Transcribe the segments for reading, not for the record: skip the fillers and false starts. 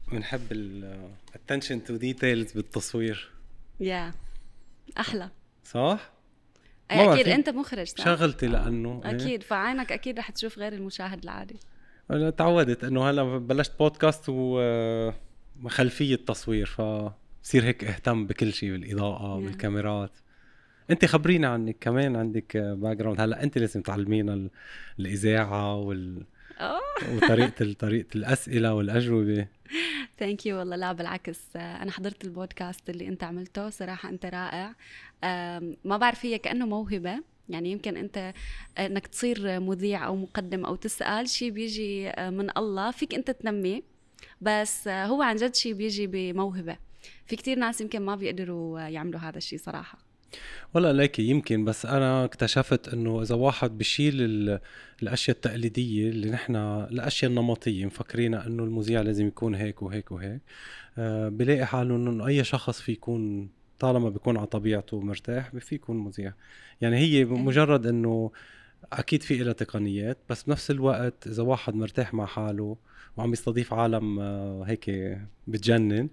بنحب attention to details بالتصوير. يا احلى صح؟ أي اكيد انت مخرج صح؟ شغلتي لانه اكيد فعينك اكيد رح تشوف غير المشاهد العادي. انا تعودت انه هلا بلشت بودكاست وخلفية تصوير، فبصير هيك اهتم بكل شيء، بالاضاءة بالكاميرات. انت خبرينا عنك كمان، عندك باك جراوند. هلا انت لازم تعلمينا الاذاعة وطريقة الاسئلة والاجوبة. ثانك يو والله. لا بالعكس، انا حضرت البودكاست اللي انت عملته، صراحة انت رائع. ما بعرف، هي كأنه موهبة، يعني يمكن انت انك تصير مذيع او مقدم او تسأل شيء بيجي من الله، فيك انت تنميه، بس هو عن جد شيء بيجي بموهبة. في كتير ناس يمكن ما بيقدروا يعملوا هذا الشيء صراحة. ولا ليكي يمكن، بس أنا اكتشفت أنه إذا واحد بشيل الأشياء التقليدية اللي نحن الأشياء النمطية مفكرينها أنه المذيع لازم يكون هيك وهيك وهيك، بلاقي حاله أنه أي شخص في يكون طالما بيكون على طبيعته مرتاح في يكون مذيع. يعني هي مجرد أنه أكيد في إلها تقنيات، بس بنفس الوقت إذا واحد مرتاح مع حاله وعم يستضيف عالم هيك بتجنن،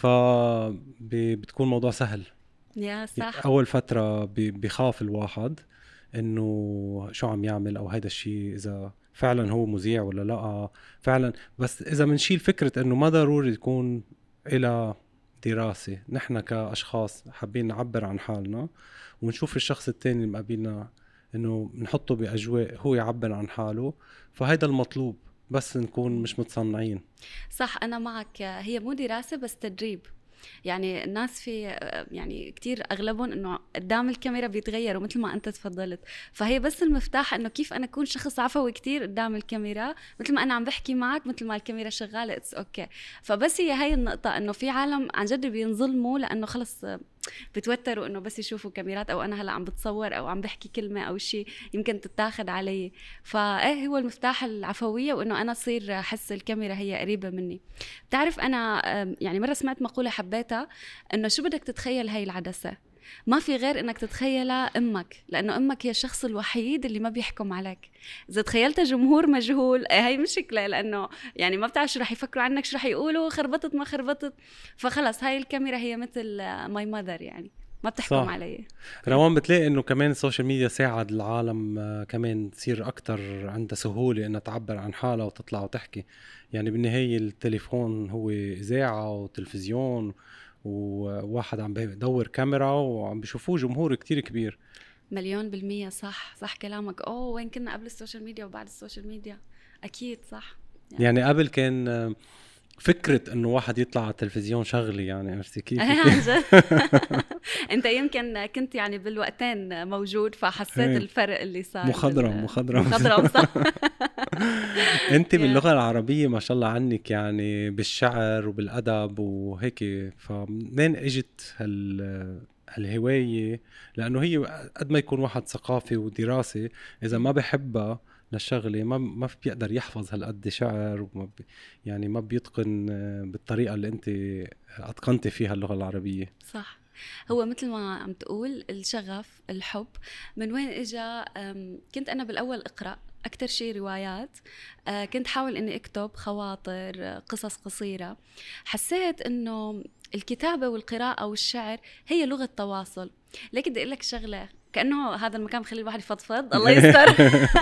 فبتكون موضوع سهل. يا صح. اول فتره بخاف الواحد انه شو عم يعمل، او هيدا الشيء اذا فعلا هو مذيع ولا لا فعلا. بس اذا منشيل فكره انه ما ضروري تكون الى دراسه، نحن كاشخاص حابين نعبر عن حالنا ونشوف الشخص التاني اللي مقابلنا انه نحطه باجواء هو يعبر عن حاله، فهيدا المطلوب، بس نكون مش متصنعين. صح، انا معك. هي مو دراسه بس تدريب. يعني الناس في يعني كتير أغلبهم إنه قدام الكاميرا بيتغيروا مثل ما أنت تفضلت، فهي بس المفتاح إنه كيف أنا أكون شخص عفوي كتير قدام الكاميرا، مثل ما أنا عم بحكي معك، مثل ما الكاميرا شغالة اتس أوكي. فبس هي هاي النقطة، إنه في عالم عن جد بينظلموا لأنه خلص بتوتروا إنه بس يشوفوا كاميرات، أو أنا هلا عم بتصور أو عم بحكي كلمة أو شيء يمكن تتاخد علي. فإيه هو المفتاح العفوية، وإنه أنا أصير أحس الكاميرا هي قريبة مني. بتعرف أنا يعني مرة سمعت مقولة حبيتها، إنه شو بدك تتخيل هاي العدسة؟ ما في غير إنك تتخيلها أمك، لأنه أمك هي الشخص الوحيد اللي ما بيحكم عليك. إذا تخيلتها جمهور مجهول هاي مشكلة، لأنه يعني ما بتعرف شو رح يفكروا عنك، شو رح يقولوا، خربطت ما خربطت. فخلص هاي الكاميرا هي مثل ماي ماذر، يعني ما بتحكم علي. روان، بتلاقي انه كمان السوشيال ميديا ساعد العالم كمان تصير اكتر عندها سهولة انها تعبر عن حالها وتطلع وتحكي. يعني بالنهاية التليفون هو اذاعة وتلفزيون، وواحد عم بيدور كاميرا وعم بيشوفوه جمهور كتير كبير. 1,000,000% صح. صح كلامك. وين كنا قبل السوشيال ميديا وبعد السوشيال ميديا؟ اكيد صح. يعني قبل كان فكرة انه واحد يطلع على التلفزيون شغلي، يعني عرفتي كيف؟ عن جد. انت يمكن كنت يعني بالوقتين موجود، فحسيت الفرق اللي صار. مخضرم صح. انت باللغة العربية ما شاء الله عنك، يعني بالشعر وبالأدب وهيك، فمنين اجت هالهواية؟ لأنه هي قد ما يكون واحد ثقافي ودراسة، إذا ما بحبها للشغلة ما بيقدر يحفظ هالقد شعر، يعني ما بيتقن بالطريقة اللي انت أتقنتي فيها اللغة العربية. صح. هو مثل ما عم تقول، الشغف، الحب. من وين اجا؟ كنت انا بالاول اقرا اكثر شيء روايات. كنت حاول اني اكتب خواطر، قصص قصيره. حسيت انه الكتابه والقراءه والشعر هي لغه تواصل. لكن بدي اقول لك شغله، كانه هذا المكان بخلي الواحد يفضفض. الله يستر.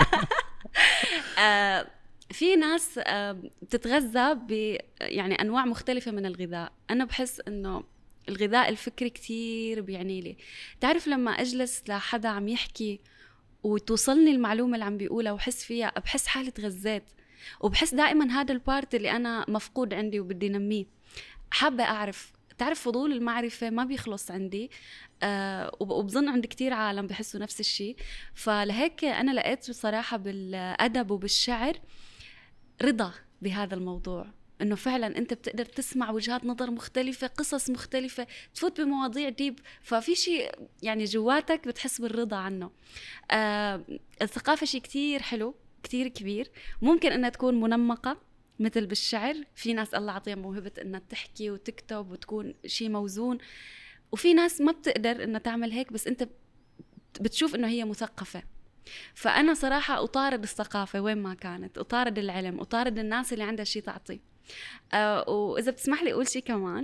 في ناس بتتغذى يعني انواع مختلفه من الغذاء. انا بحس انه الغذاء الفكري كتير بيعني لي. تعرف لما أجلس لحدا عم يحكي وتوصلني المعلومة اللي عم بيقولها وحس فيها، بحس حالي تغذيت. وبحس دائما هذا البارت اللي أنا مفقود عندي وبدي نميه. حابة أعرف. تعرف فضول المعرفة ما بيخلص عندي. وبظن عند كتير عالم بحسوا نفس الشيء. فلهيك أنا لقيت بصراحة بالأدب وبالشعر رضا بهذا الموضوع، انه فعلا انت بتقدر تسمع وجهات نظر مختلفة، قصص مختلفة، تفوت بمواضيع ديب. ففي شيء يعني جواتك بتحس بالرضا عنه. الثقافة شيء كتير حلو، كتير كبير. ممكن انها تكون منمقة مثل بالشعر، في ناس الله عطيها موهبة انها تحكي وتكتب وتكون شيء موزون، وفي ناس ما بتقدر انها تعمل هيك، بس انت بتشوف انه هي مثقفة. فأنا صراحة أطارد الثقافة وين ما كانت، أطارد العلم، أطارد الناس اللي عندها شيء تعطي. وإذا بتسمح لي أقول شيء كمان،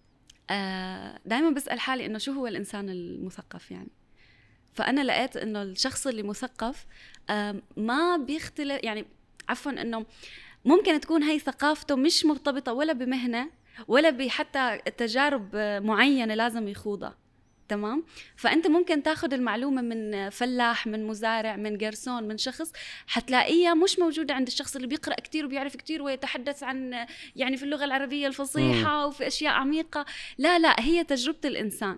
دائما بسأل حالي إنه شو هو الإنسان المثقف يعني. فأنا لقيت إنه الشخص اللي مثقف ما بيختلف، يعني عفوا إنه ممكن تكون هاي ثقافته مش مرتبطة ولا بمهنة ولا بحتى تجارب معينة لازم يخوضها، تمام؟ فأنت ممكن تاخد المعلومة من فلاح، من مزارع، من جرسون، من شخص حتلاقيها مش موجودة عند الشخص اللي بيقرأ كتير وبيعرف كتير ويتحدث عن يعني في اللغة العربية الفصيحة وفي أشياء عميقة. لا هي تجربة الإنسان.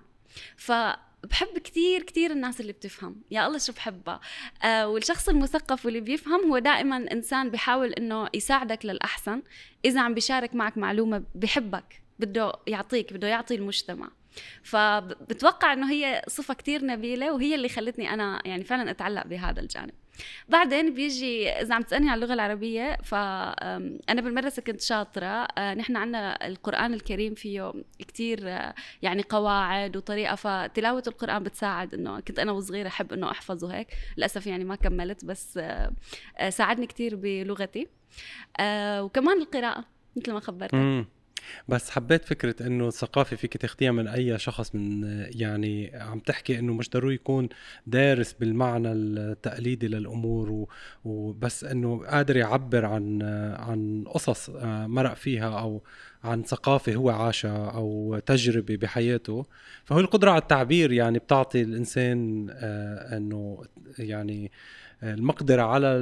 بحب كتير كتير الناس اللي بتفهم، يا الله شو بحبها. والشخص المثقف واللي بيفهم هو دائما إنسان بيحاول إنه يساعدك للأحسن. إذا عم بيشارك معك معلومة بحبك، بده يعطيك، بده يعطي المجتمع. فبتوقع إنه هي صفة كتير نبيلة، وهي اللي خلتني أنا يعني فعلا أتعلق بهذا الجانب. بعدين بيجي إذا عم تسألني عن اللغة العربية، فأنا بالمدرسة كنت شاطرة. نحن عنا القرآن الكريم فيه كتير يعني قواعد وطريقة، فتلاوة القرآن بتساعد. إنه كنت أنا وصغيرة أحب إنه أحفظه هيك، للأسف يعني ما كملت، بس ساعدني كتير بلغتي. وكمان القراءة مثل ما خبرتك. بس حبيت فكرة انه الثقافة فيك تاخديها من اي شخص، من يعني عم تحكي انه مش ضروري يكون دارس بالمعنى التقليدي للامور وبس انه قادر يعبر عن قصص مرق فيها، او عن ثقافة هو عاشها او تجربة بحياته. فهو القدرة على التعبير يعني بتعطي الانسان انه يعني المقدرة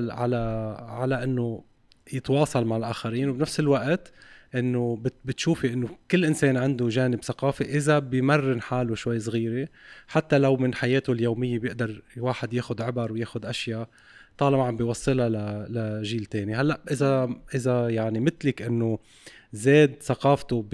على انه يتواصل مع الاخرين، وبنفس الوقت انه بتشوفي انه كل انسان عنده جانب ثقافي اذا بيمرن حاله شوي صغيره، حتى لو من حياته اليوميه بيقدر واحد ياخد عبر وياخد اشياء طالما عم بيوصلها لجيل تاني. هلا اذا يعني مثلك انه زاد ثقافته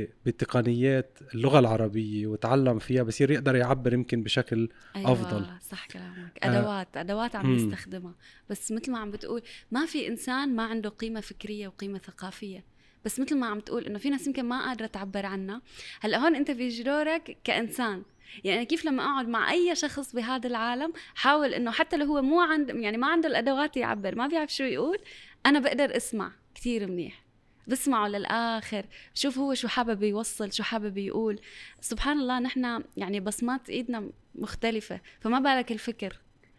بتقنيات اللغه العربيه وتعلم فيها، بصير يقدر يعبر يمكن بشكل أيوة افضل. صح كلامك. ادوات عم يستخدمها، بس مثل ما عم بتقول ما في انسان ما عنده قيمه فكريه وقيمه ثقافيه. بس مثل ما عم تقول انه في ناس يمكن ما قادره تعبر عنها. هلا هون انت بيجي دورك كانسان، يعني كيف لما اقعد مع اي شخص بهذا العالم حاول انه حتى لو هو مو يعني ما عنده الادوات يعبر، ما بيعرف شو يقول، انا بقدر اسمع كتير منيح، بسمعه للآخر، شوف هو شو حابب يوصل، شو حابب يقول. سبحان الله نحن يعني بصمات إيدنا مختلفة، فما بالك الفكر.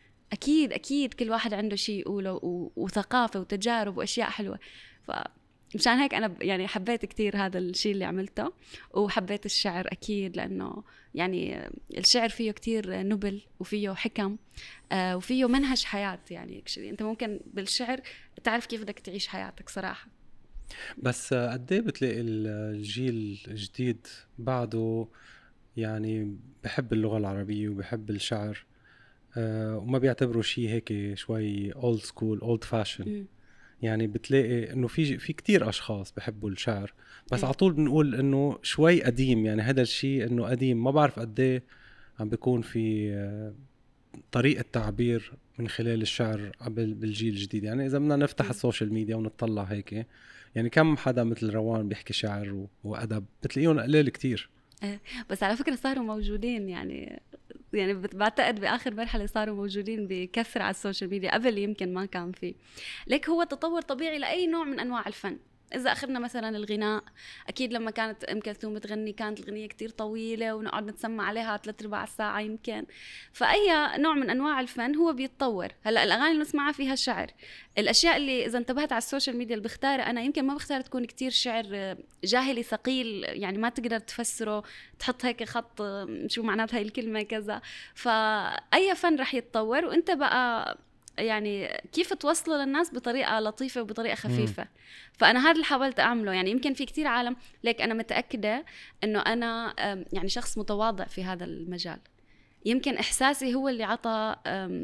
أكيد كل واحد عنده شيء يقوله وثقافة وتجارب وأشياء حلوة. مشان هيك أنا يعني حبيت كتير هذا الشيء اللي عملته، وحبيت الشعر أكيد لأنه يعني الشعر فيه كتير نبل وفيه حكم وفيه منهج حياة. يعني أنت ممكن بالشعر تعرف كيف بدك تعيش حياتك صراحة. بس قد ايه بتلاقي الجيل الجديد بعده يعني بحب اللغة العربية وبحب الشعر، وما بيعتبروا شيء هيك شوي old school old fashion؟ يعني بتلاقي انه في كتير اشخاص بحبوا الشعر، بس على طول بنقول انه شوي قديم. يعني هذا الشيء انه قديم، ما بعرف قد ايه عم بيكون في طريقة تعبير من خلال الشعر بالجيل الجديد. يعني إذا بدنا نفتح السوشيال ميديا ونطلع هيك، يعني كم حدا مثل روان بيحكي شعر وأدب؟ بتلاقيهم قليل كتير. بس على فكرة صاروا موجودين، يعني بعتقد بآخر مرحلة صاروا موجودين بكثرة على السوشيال ميديا، قبل يمكن ما كان فيه. لك هو تطور طبيعي لأي نوع من أنواع الفن. إذا أخذنا مثلا الغناء، أكيد لما كانت أم كلثوم تغني كانت الغنية كتير طويلة ونقعد نتسمع عليها 3/4 ساعة يمكن. فأي نوع من أنواع الفن هو بيتطور. هلأ الأغاني اللي نسمعها فيها شعر. الأشياء اللي إذا انتبهت على السوشيال ميديا اللي بختارها أنا، يمكن ما بختار تكون كتير شعر جاهلي ثقيل، يعني ما تقدر تفسره، تحط هيك خط شو معنات هاي الكلمة كذا. فأي فن رح يتطور، وإنت بقى يعني كيف توصله للناس بطريقة لطيفة وبطريقة خفيفة. فأنا هذا اللي حاولت أعمله. يعني يمكن في كتير عالم، ليك أنا متأكدة أنه أنا يعني شخص متواضع في هذا المجال. يمكن إحساسي هو اللي عطى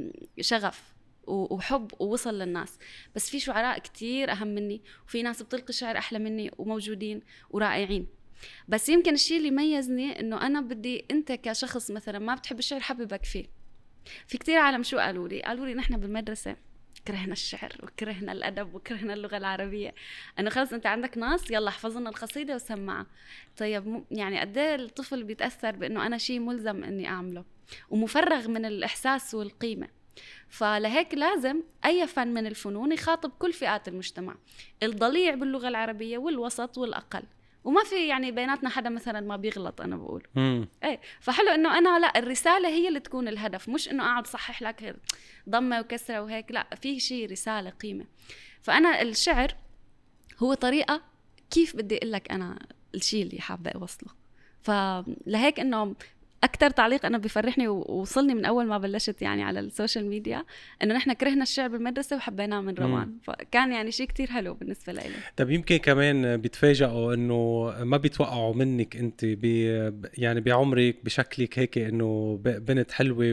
شغف وحب ووصل للناس. بس في شعراء كتير أهم مني، وفي ناس بتلقي شعر أحلى مني وموجودين ورائعين. بس يمكن الشيء اللي ميزني أنه أنا بدي أنت كشخص مثلا ما بتحب الشعر حببك فيه. في كتير عالم شو قالوا لي نحن بالمدرسة كرهنا الشعر وكرهنا الأدب وكرهنا اللغة العربية، أنه خلص أنت عندك نص يلا حفظنا القصيدة وسمعها. طيب يعني قد ايه الطفل بيتأثر بأنه أنا شيء ملزم أني أعمله ومفرغ من الإحساس والقيمة. فلهيك لازم أي فن من الفنون يخاطب كل فئات المجتمع، الضليع باللغة العربية والوسط والأقل، وما في يعني بيناتنا حدا مثلا ما بيغلط. أنا بقول ايه، فحلو انه انا لا، الرسالة هي اللي تكون الهدف، مش انه اقعد صحح لك ضمة وكسرة وهيك، لا، في شيء رسالة قيمة. فأنا الشعر هو طريقة كيف بدي أقول لك أنا الشيء اللي حابة أوصله. فلهيك إنه أكتر تعليق أنا بيفرحني ووصلني من أول ما بلشت يعني على السوشيال ميديا، إنه نحن كرهنا الشعر بالمدرسة وحبيناه من روان. فكان يعني شيء كتير حلو بالنسبة لي. طب يمكن كمان بيتفاجئوا إنه ما بيتوقعوا منك أنت يعني بعمرك بشكلك هيك إنه بنت حلوة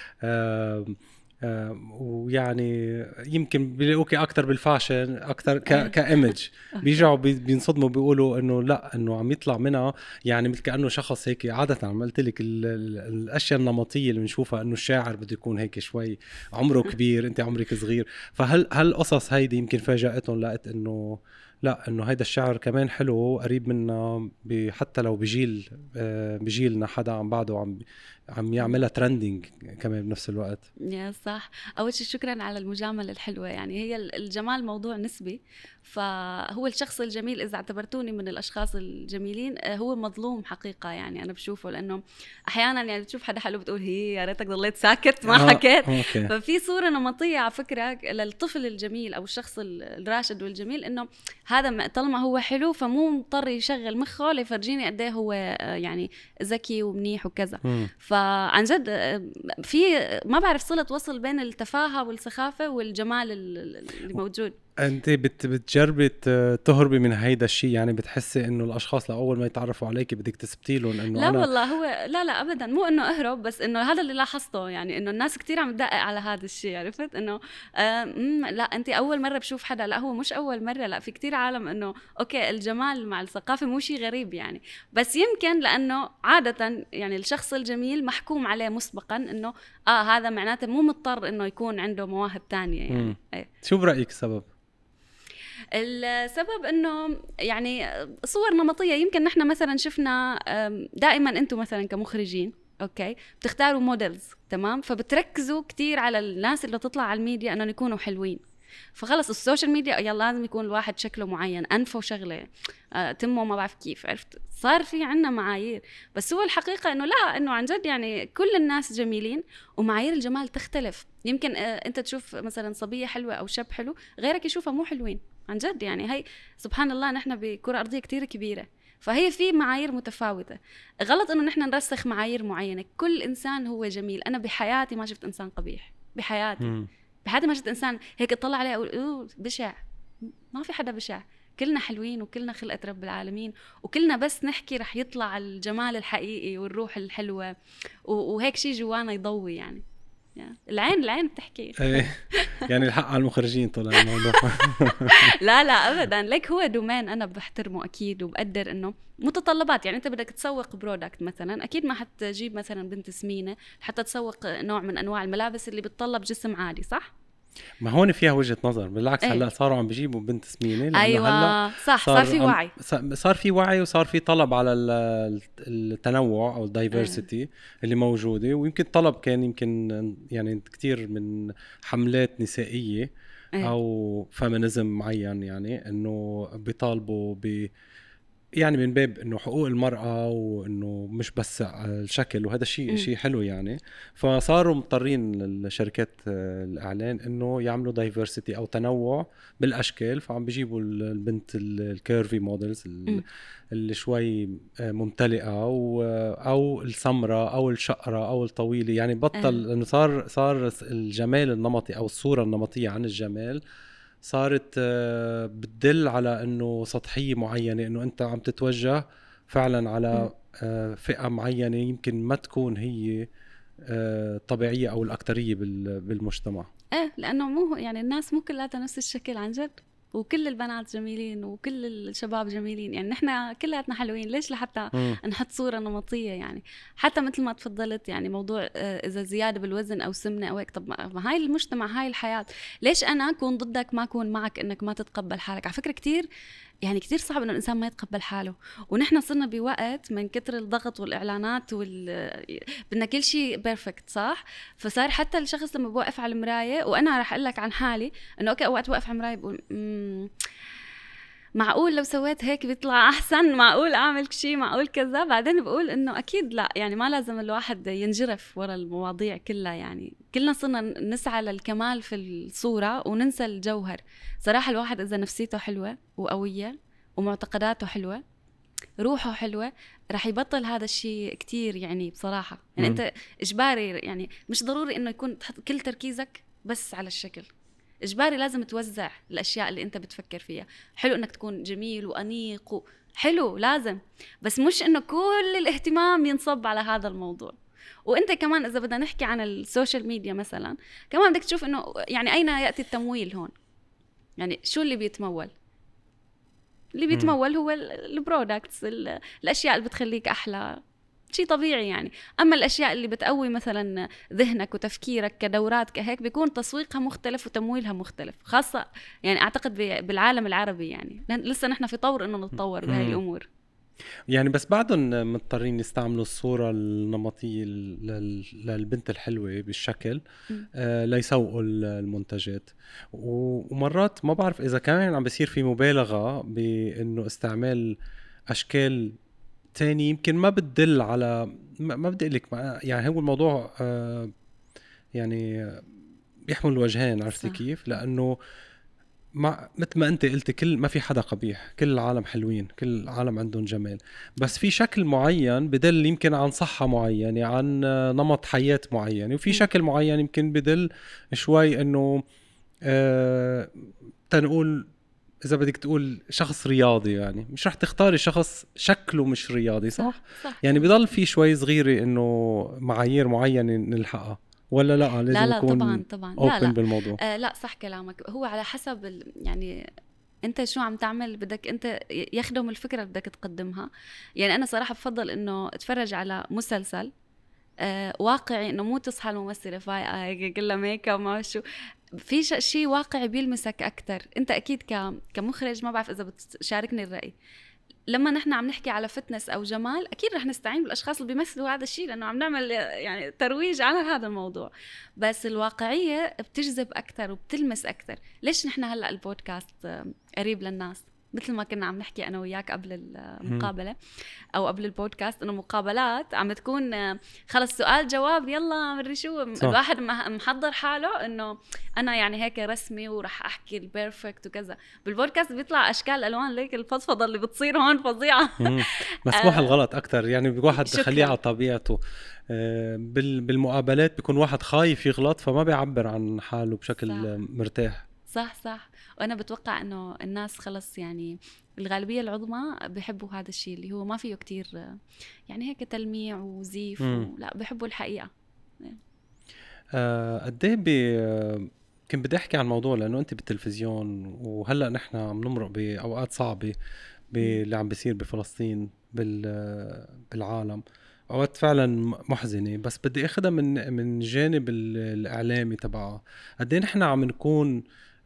ويعني يمكن بيلاقوكي اكتر بالفاشن اكتر كايمج، بيرجعوا بينصدموا بيقولوا انه لا، انه عم يطلع منها يعني مثل كانه شخص هيك. عاده عم قلت لك الاشياء النمطيه اللي بنشوفها انه الشاعر بده يكون هيك شوي عمره كبير، انت عمرك صغير. فهل القصص هيدي يمكن فاجأتهم، لقيت انه لا، انه هيدا الشعر كمان حلو قريب منا، حتى لو بجيلنا حدا عم بعده عم يعملها ترندينج كمان بنفس الوقت. يا صح. أول شيء شكرا على المجاملة الحلوة. يعني هي الجمال موضوع نسبي، فهو الشخص الجميل إذا اعتبرتوني من الأشخاص الجميلين هو مظلوم حقيقة. يعني أنا بشوفه لأنه أحيانا يعني بتشوف حدا حلو بتقول هي يا ريتك ضليت ساكت ما حكيت. ففي صورة نمطية على فكرة للطفل الجميل أو الشخص الراشد والجميل، إنه هذا طالما هو حلو فمو مضطر يشغل مخه ليفرجيني قد ايه هو يعني ذكي ومنيح وكذا. فعن جد في ما بعرف صلة وصل بين التفاهة والسخافة والجمال اللي موجود. انت بتجربي تهربي من هيدا الشيء؟ يعني بتحسي انه الاشخاص لاول ما يتعرفوا عليكي بدك تثبتي لهم انه لا والله هو لا ابدا، مو انه اهرب، بس انه هذا اللي لاحظته. يعني انه الناس كتير عم تدقق على هذا الشيء، عرفت انه لا انت اول مره بشوف حدا. لا هو مش اول مره، لا في كتير عالم انه اوكي الجمال مع الثقافه مو شيء غريب يعني. بس يمكن لانه عاده يعني الشخص الجميل محكوم عليه مسبقا انه هذا معناته مو مضطر انه يكون عنده مواهب تانية يعني. شو برايك السبب؟ السبب انه يعني صور نمطيه. يمكن نحن مثلا شفنا دائما انتم مثلا كمخرجين اوكي بتختاروا موديلز، تمام، فبتركزوا كتير على الناس اللي تطلع على الميديا انهم يكونوا حلوين. فخلص السوشيال ميديا يلا لازم يكون الواحد شكله معين، انفه وشغله، تمه ما بعرف كيف، عرفت. صار في عنا معايير، بس هو الحقيقه انه لا، انه عن جد يعني كل الناس جميلين ومعايير الجمال تختلف. يمكن انت تشوف مثلا صبيه حلوه او شاب حلو، غيرك يشوفها مو حلوين. عن جد يعني هي سبحان الله، نحن بكره ارضيه كتير كبيره، فهي في معايير متفاوته. غلط انه نحن نرسخ معايير معينه. كل انسان هو جميل. انا بحياتي ما شفت انسان قبيح، بحياتي ما شفت انسان هيك اطلع عليه اقول بشع. ما في حدا بشع، كلنا حلوين وكلنا خلقة رب العالمين، وكلنا بس نحكي رح يطلع الجمال الحقيقي والروح الحلوة وهيك شيء جوانا يضوي يعني العين بتحكي. يعني الحق على المخرجين طلع الموضوع. لا ابدا، لك هو دومين انا بحترمه اكيد وبقدر انه متطلبات. يعني انت بدك تسوق برودكت مثلا، اكيد ما حتجيب مثلا بنت سمينه حتى تسوق نوع من انواع الملابس اللي بتطلب جسم عادي، صح؟ ما هون فيها وجهة نظر. بالعكس هلا صاروا عم بيجيبوا بنت سمينه. ايوه هلا صح، صار في وعي، صار في وعي وصار في طلب على التنوع او الدايفرسيتي اللي موجوده. ويمكن طلب كان يمكن يعني كتير من حملات نسائيه او فيمينيزم معين، يعني انه بيطالبوا يعني من باب انه حقوق المرأة وانه مش بس الشكل، وهذا شيء حلو يعني. فصاروا مضطرين الشركات الاعلان انه يعملوا دايفرسيتي او تنوع بالاشكال. فعم بيجيبوا البنت الكيرفي موديلز اللي شوي ممتلئة او السمراء او الشقرة او الطويلة. يعني بطل انه صار الجمال النمطي او الصورة النمطية عن الجمال صارت بتدل على انه سطحية معينة، انه انت عم تتوجه فعلا على فئة معينة يمكن ما تكون هي طبيعية او الاكترية بالمجتمع. لانه مو يعني الناس مو كلها نفس الشكل عن جد، وكل البنات جميلين وكل الشباب جميلين. يعني نحن كلاتنا حلوين، ليش لحتى نحط صورة نمطية؟ يعني حتى مثل ما تفضلت يعني موضوع إذا زيادة بالوزن أو سمنة أو هيك، طب ما هاي المجتمع، هاي الحياة، ليش أنا أكون ضدك ما أكون معك إنك ما تتقبل حالك؟ على فكرة كتير يعني كتير صعب انه الانسان ما يتقبل حاله. ونحن صرنا بوقت من كتر الضغط والاعلانات بدنا كل شيء بيرفكت، صح؟ فصار حتى الشخص لما بوقف على المرايه، وانا رح اقول لك عن حالي انه اوكي اوقات بوقف على المرايه بقول معقول لو سويت هيك بيطلع احسن، معقول اعمل شيء، معقول كذا. بعدين بقول انه اكيد لا، يعني ما لازم الواحد ينجرف ورا المواضيع كلها. يعني كلنا صرنا نسعى للكمال في الصورة وننسى الجوهر. صراحة الواحد اذا نفسيته حلوة وقوية ومعتقداته حلوة، روحه حلوة، رح يبطل هذا الشيء كتير. يعني بصراحة يعني انت اجباري، يعني مش ضروري انه يكون تحط كل تركيزك بس على الشكل. إجباري لازم توزع الأشياء اللي أنت بتفكر فيها. حلو إنك تكون جميل وأنيق حلو لازم، بس مش إنه كل الاهتمام ينصب على هذا الموضوع. وأنت كمان إذا بدنا نحكي عن السوشيال ميديا مثلا، كمان بدك تشوف إنه يعني أين يأتي التمويل هون. يعني شو اللي بيتمول؟ اللي بيتمول هو البرودكتس، الأشياء اللي بتخليك أحلى، شيء طبيعي يعني. أما الأشياء اللي بتقوي مثلا ذهنك وتفكيرك كدورات كهيك، بيكون تسويقها مختلف وتمويلها مختلف، خاصة يعني أعتقد بالعالم العربي. يعني لسه نحن في طور إنه نتطور بهاي الأمور. يعني بس بعدهم مضطرين يستعملوا الصورة النمطية للبنت الحلوة بالشكل ليسوقوا المنتجات. ومرات ما بعرف إذا كمان عم بيصير في مبالغة بإنه استعمال أشكال تاني يمكن ما بتدل على ما بدي لك. يعني هو الموضوع يعني بيحمل وجهين، عرفتي كيف؟ لأنه مثل ما انت قلت، كل ما في حدا قبيح، كل العالم حلوين، كل العالم عندهم جمال، بس في شكل معين بدل يمكن عن صحة معينة، عن نمط حياة معين، وفي شكل معين يمكن بدل شوي انه تنقول اذا بدك تقول شخص رياضي. يعني مش رح تختاري شخص شكله مش رياضي، صح؟ يعني بضل في شوي صغيرة انه معايير معينة نلحقها، ولا لا لازم لا يكون طبعا open بالموضوع؟ لا صح كلامك. هو على حسب يعني انت شو عم تعمل، بدك انت يخدم الفكرة اللي بدك تقدمها. يعني انا صراحة بفضل انه اتفرج على مسلسل واقعي، انه مو تصحى الممثلة فايقة هيك كلها ميك اب ما شو، في شيء واقعي بيلمسك اكتر. انت اكيد كمخرج، ما بعرف اذا بتشاركني الرأي، لما نحن عم نحكي على فتنس او جمال اكيد رح نستعين بالاشخاص اللي بيمثلوا هذا الشيء، لانه عم نعمل يعني ترويج على هذا الموضوع. بس الواقعيه بتجذب اكثر وبتلمس اكثر. ليش نحن هلا البودكاست قريب للناس؟ مثل ما كنا عم نحكي انا وياك قبل المقابله او قبل البودكاست، انه مقابلات عم تكون خلص سؤال جواب يلا مري شو صح. الواحد محضر حاله انه انا يعني هيك رسمي ورح احكي البيرفكت وكذا. بالبودكاست بيطلع اشكال الوان، ليك الفضفضه اللي بتصير هون فظيعه. مسموح الغلط اكثر، يعني الواحد خليه على طبيعته. بالمقابلات بيكون واحد خايف يغلط فما بيعبر عن حاله بشكل صح. مرتاح. صح. وانا بتوقع انه الناس خلص يعني الغالبيه العظمى بيحبوا هذا الشيء اللي هو ما فيه كتير يعني هيك تلميع وزيف لا بيحبوا الحقيقه. قد ايه كنت بدي احكي عن موضوع، لانه انت بالتلفزيون وهلا نحن عم نمرق باوقات صعبه باللي عم بيصير بفلسطين بالعالم، اوقات فعلا محزنه. بس بدي اخذها من جانب الاعلامي تبعها. قد ايه نحن عم نكون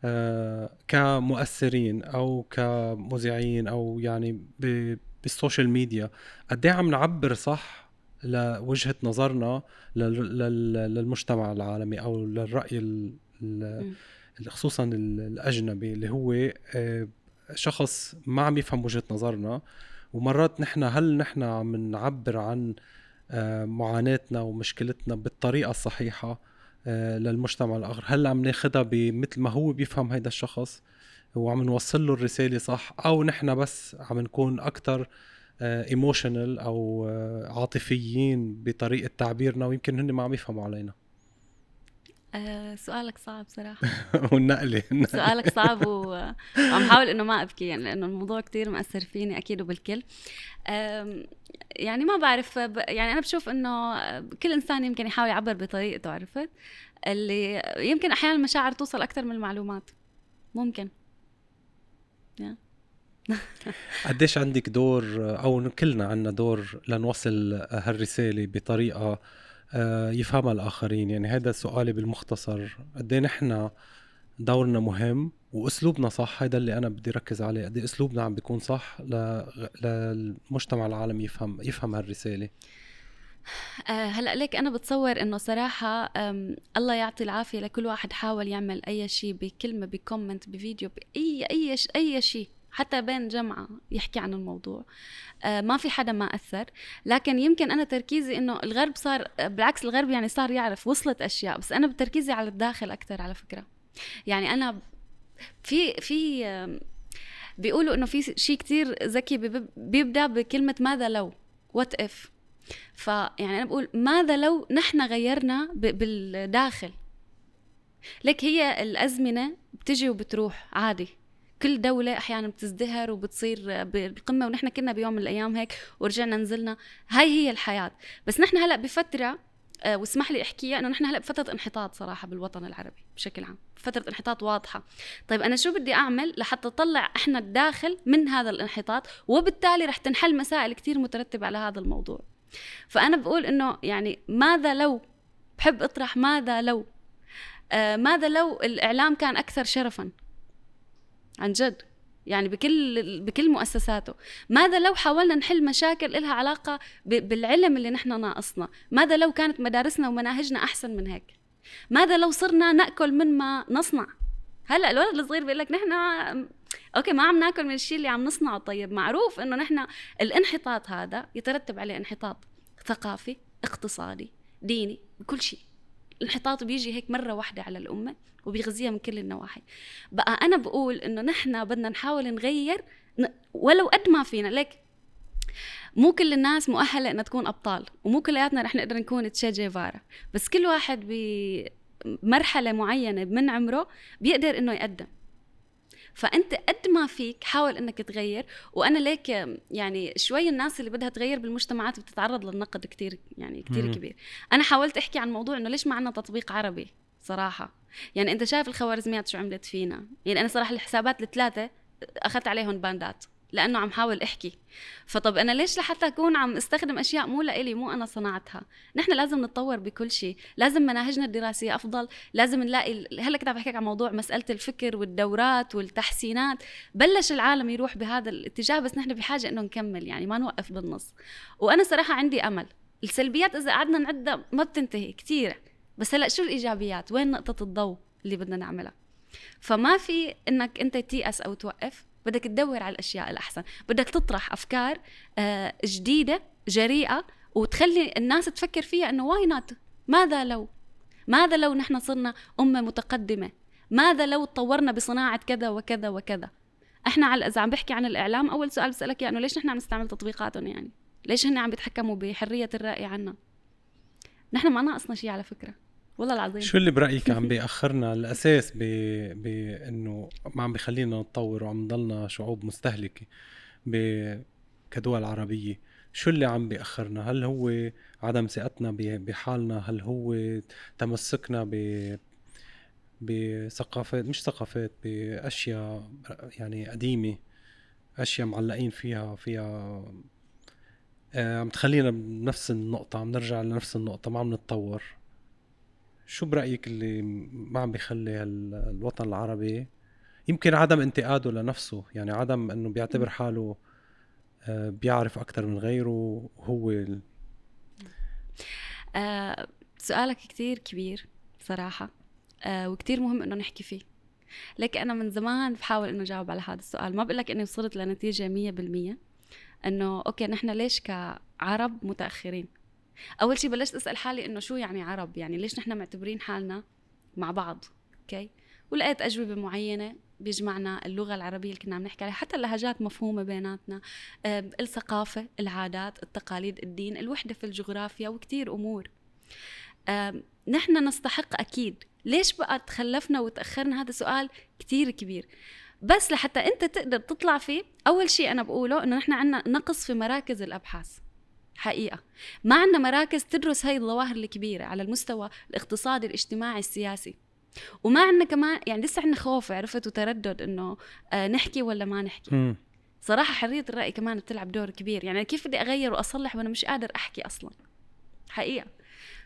كمؤثرين او كمذيعين او يعني بالسوشيال ميديا، قد ايه عم نعبر صح لوجهة نظرنا للمجتمع العالمي او للرأي خصوصا الأجنبي اللي هو شخص ما عم يفهم وجهة نظرنا. ومرات هل نحن عم نعبر عن معاناتنا ومشكلتنا بالطريقة الصحيحة للمجتمع الآخر؟ هل عم ناخدها بمثل ما هو بيفهم هيدا الشخص وعم نوصل له الرسالة صح، أو نحن بس عم نكون أكتر ايموشنال أو عاطفيين بطريقة تعبيرنا ويمكن هن ما عم يفهموا علينا؟ سؤالك صعب صراحة. والنقلة سؤالك صعب وعم حاول انه ما ابكي، يعني لانه الموضوع كتير مأثر فيني اكيد وبالكل. يعني ما بعرف، يعني انا بشوف انه كل انسان يمكن يحاول يعبر بطريقته، عرفت اللي يمكن احيانا المشاعر توصل اكتر من المعلومات ممكن. قديش عندك دور، او كلنا عنا دور لنوصل هالرسالة بطريقة يفهمها الآخرين؟ يعني هذا سؤالي بالمختصر. قد ايه نحن دورنا مهم واسلوبنا صح. هيدا اللي انا بدي ركز عليه، قد اسلوبنا عم بيكون صح للمجتمع العالمي يفهم هالرساله. هلا ليك انا بتصور انه صراحه الله يعطي العافيه لكل واحد حاول يعمل اي شيء، بكلمه، بكومنت، بفيديو، باي شيء، حتى بين جمعه يحكي عن الموضوع. ما في حدا ما اثر. لكن يمكن انا تركيزي انه الغرب صار بالعكس، الغرب يعني صار يعرف، وصلت اشياء، بس انا بتركيزي على الداخل اكثر على فكره. يعني انا في بيقولوا انه في شيء كتير ذكي بيبدا بكلمه ماذا لو، وات اف. فيعني انا بقول ماذا لو نحن غيرنا بالداخل. لك هي الازمنه بتجي وبتروح عادي، كل دولة أحيانا بتزدهر وبتصير بالقمة، ونحن كنا بيوم من الأيام هيك ورجعنا نزلنا. هاي هي الحياة. بس نحن هلأ بفترة واسمح لي احكيها، انه نحن هلا بفتره انحطاط صراحه بالوطن العربي بشكل عام، فتره انحطاط واضحه. طيب انا شو بدي اعمل لحتى اطلع احنا الداخل من هذا الانحطاط، وبالتالي رح تنحل مسائل كتير مترتبه على هذا الموضوع. فانا بقول انه يعني ماذا لو، بحب اطرح ماذا لو ماذا لو الاعلام كان اكثر شرفا عن جد، يعني بكل مؤسساته. ماذا لو حاولنا نحل مشاكل إلها علاقة بالعلم اللي نحن ناقصنا؟ ماذا لو كانت مدارسنا ومناهجنا أحسن من هيك؟ ماذا لو صرنا نأكل مما نصنع؟ هلأ الولد الصغير بيقول لك نحن أوكي ما عم ناكل من الشيء اللي عم نصنعه. طيب معروف إنه نحن الانحطاط هذا يترتب عليه انحطاط ثقافي، اقتصادي، ديني، كل شيء. الانحطاط بيجي هيك مرة واحدة على الأمة وبيغذيها من كل النواحي. بقى أنا بقول إنه نحن بدنا نحاول نغير ولو قد ما فينا. لك مو كل الناس مؤهلة إنها تكون أبطال، ومو كلياتنا رح نقدر نكون تشي جيفارا، بس كل واحد بمرحلة معينة من عمره بيقدر إنه يقدم. فأنت قد ما فيك حاول إنك تغير. وأنا ليك يعني شوي الناس اللي بدها تغير بالمجتمعات بتتعرض للنقد كتير، يعني كتير كبير. أنا حاولت أحكي عن موضوع إنه ليش ما عنا تطبيق عربي صراحة. يعني أنت شايف الخوارزميات شو عملت فينا. يعني أنا صراحة الحسابات الثلاثة أخذت عليهم باندات لأنه عم حاول أحكي. فطب أنا ليش لحتى أكون عم استخدم أشياء مو لإلي، مو أنا صنعتها. نحن لازم نتطور بكل شيء، لازم مناهجنا الدراسية أفضل، لازم نلاقي. هلا كنت عم بحكي عن موضوع مسألة الفكر والدورات والتحسينات، بلش العالم يروح بهذا الاتجاه، بس نحن بحاجة إنه نكمل، يعني ما نوقف بالنص. وأنا صراحة عندي أمل. السلبيات إذا قعدنا نعدها ما بتنتهي كتير، بس هلا شو الإيجابيات؟ وين نقطة الضوء اللي بدنا نعملها؟ فما في إنك أنت تيأس أو توقف، بدك تدور على الأشياء الأحسن، بدك تطرح أفكار جديدة جريئة وتخلي الناس تفكر فيها إنه واي نوت. ماذا لو نحن صرنا أمة متقدمة؟ ماذا لو تطورنا بصناعة كذا وكذا وكذا؟ احنا على إذا عم بحكي عن الإعلام، أول سؤال بسألك يعني ليش نحن عم نستعمل تطبيقاتهم؟ يعني ليش هن عم بيتحكموا بحرية الرأي عنا؟ نحن ما ناقصنا شيء على فكرة والله العظيم. شو اللي برأيك عم بيأخرنا الأساس بأنه ما عم بيخلينا نتطور وعم نضلنا شعوب مستهلكة كدول عربية؟ شو اللي عم بيأخرنا؟ هل هو عدم ثقتنا بحالنا؟ هل هو تمسكنا بثقافات، مش ثقافات، بأشياء يعني قديمة، أشياء معلقين فيها عم تخلينا بنفس النقطة، عم نرجع لنفس النقطة، ما عم نتطور؟ شو برأيك اللي ما عم بيخلي الوطن العربي؟ يمكن عدم انتقاده لنفسه، يعني عدم انه بيعتبر حاله بيعرف اكتر من غيره هو سؤالك كتير كبير صراحة، وكتير مهم انه نحكي فيه. لكن انا من زمان بحاول انه جاوب على هذا السؤال. ما بقولك اني وصلت لنتيجة 100% انه اوكي نحن ليش كعرب متأخرين. اول شيء بلشت اسأل حالي انه شو يعني عرب، يعني ليش نحن معتبرين حالنا مع بعض؟ اوكي، ولقيت اجوبة معينة بيجمعنا اللغة العربية اللي كنا عم نحكي عليها، حتى اللهجات مفهومة بيناتنا، الثقافة، العادات، التقاليد، الدين، الوحدة في الجغرافيا، وكتير امور. نحن نستحق اكيد. ليش بقى تخلفنا وتأخرنا؟ هذا سؤال كتير كبير، بس لحتى انت تقدر تطلع فيه اول شيء انا بقوله انه نحن عنا نقص في مراكز الابحاث. حقيقة ما عنا مراكز تدرس هاي الظواهر الكبيرة على المستوى الاقتصادي، الاجتماعي، السياسي. وما عنا كمان يعني لسه عنا خوف، عرفت، وتردد انه نحكي ولا ما نحكي. صراحة حرية الرأي كمان بتلعب دور كبير. يعني كيف بدي اغير واصلح وانا مش قادر احكي اصلا؟ حقيقة.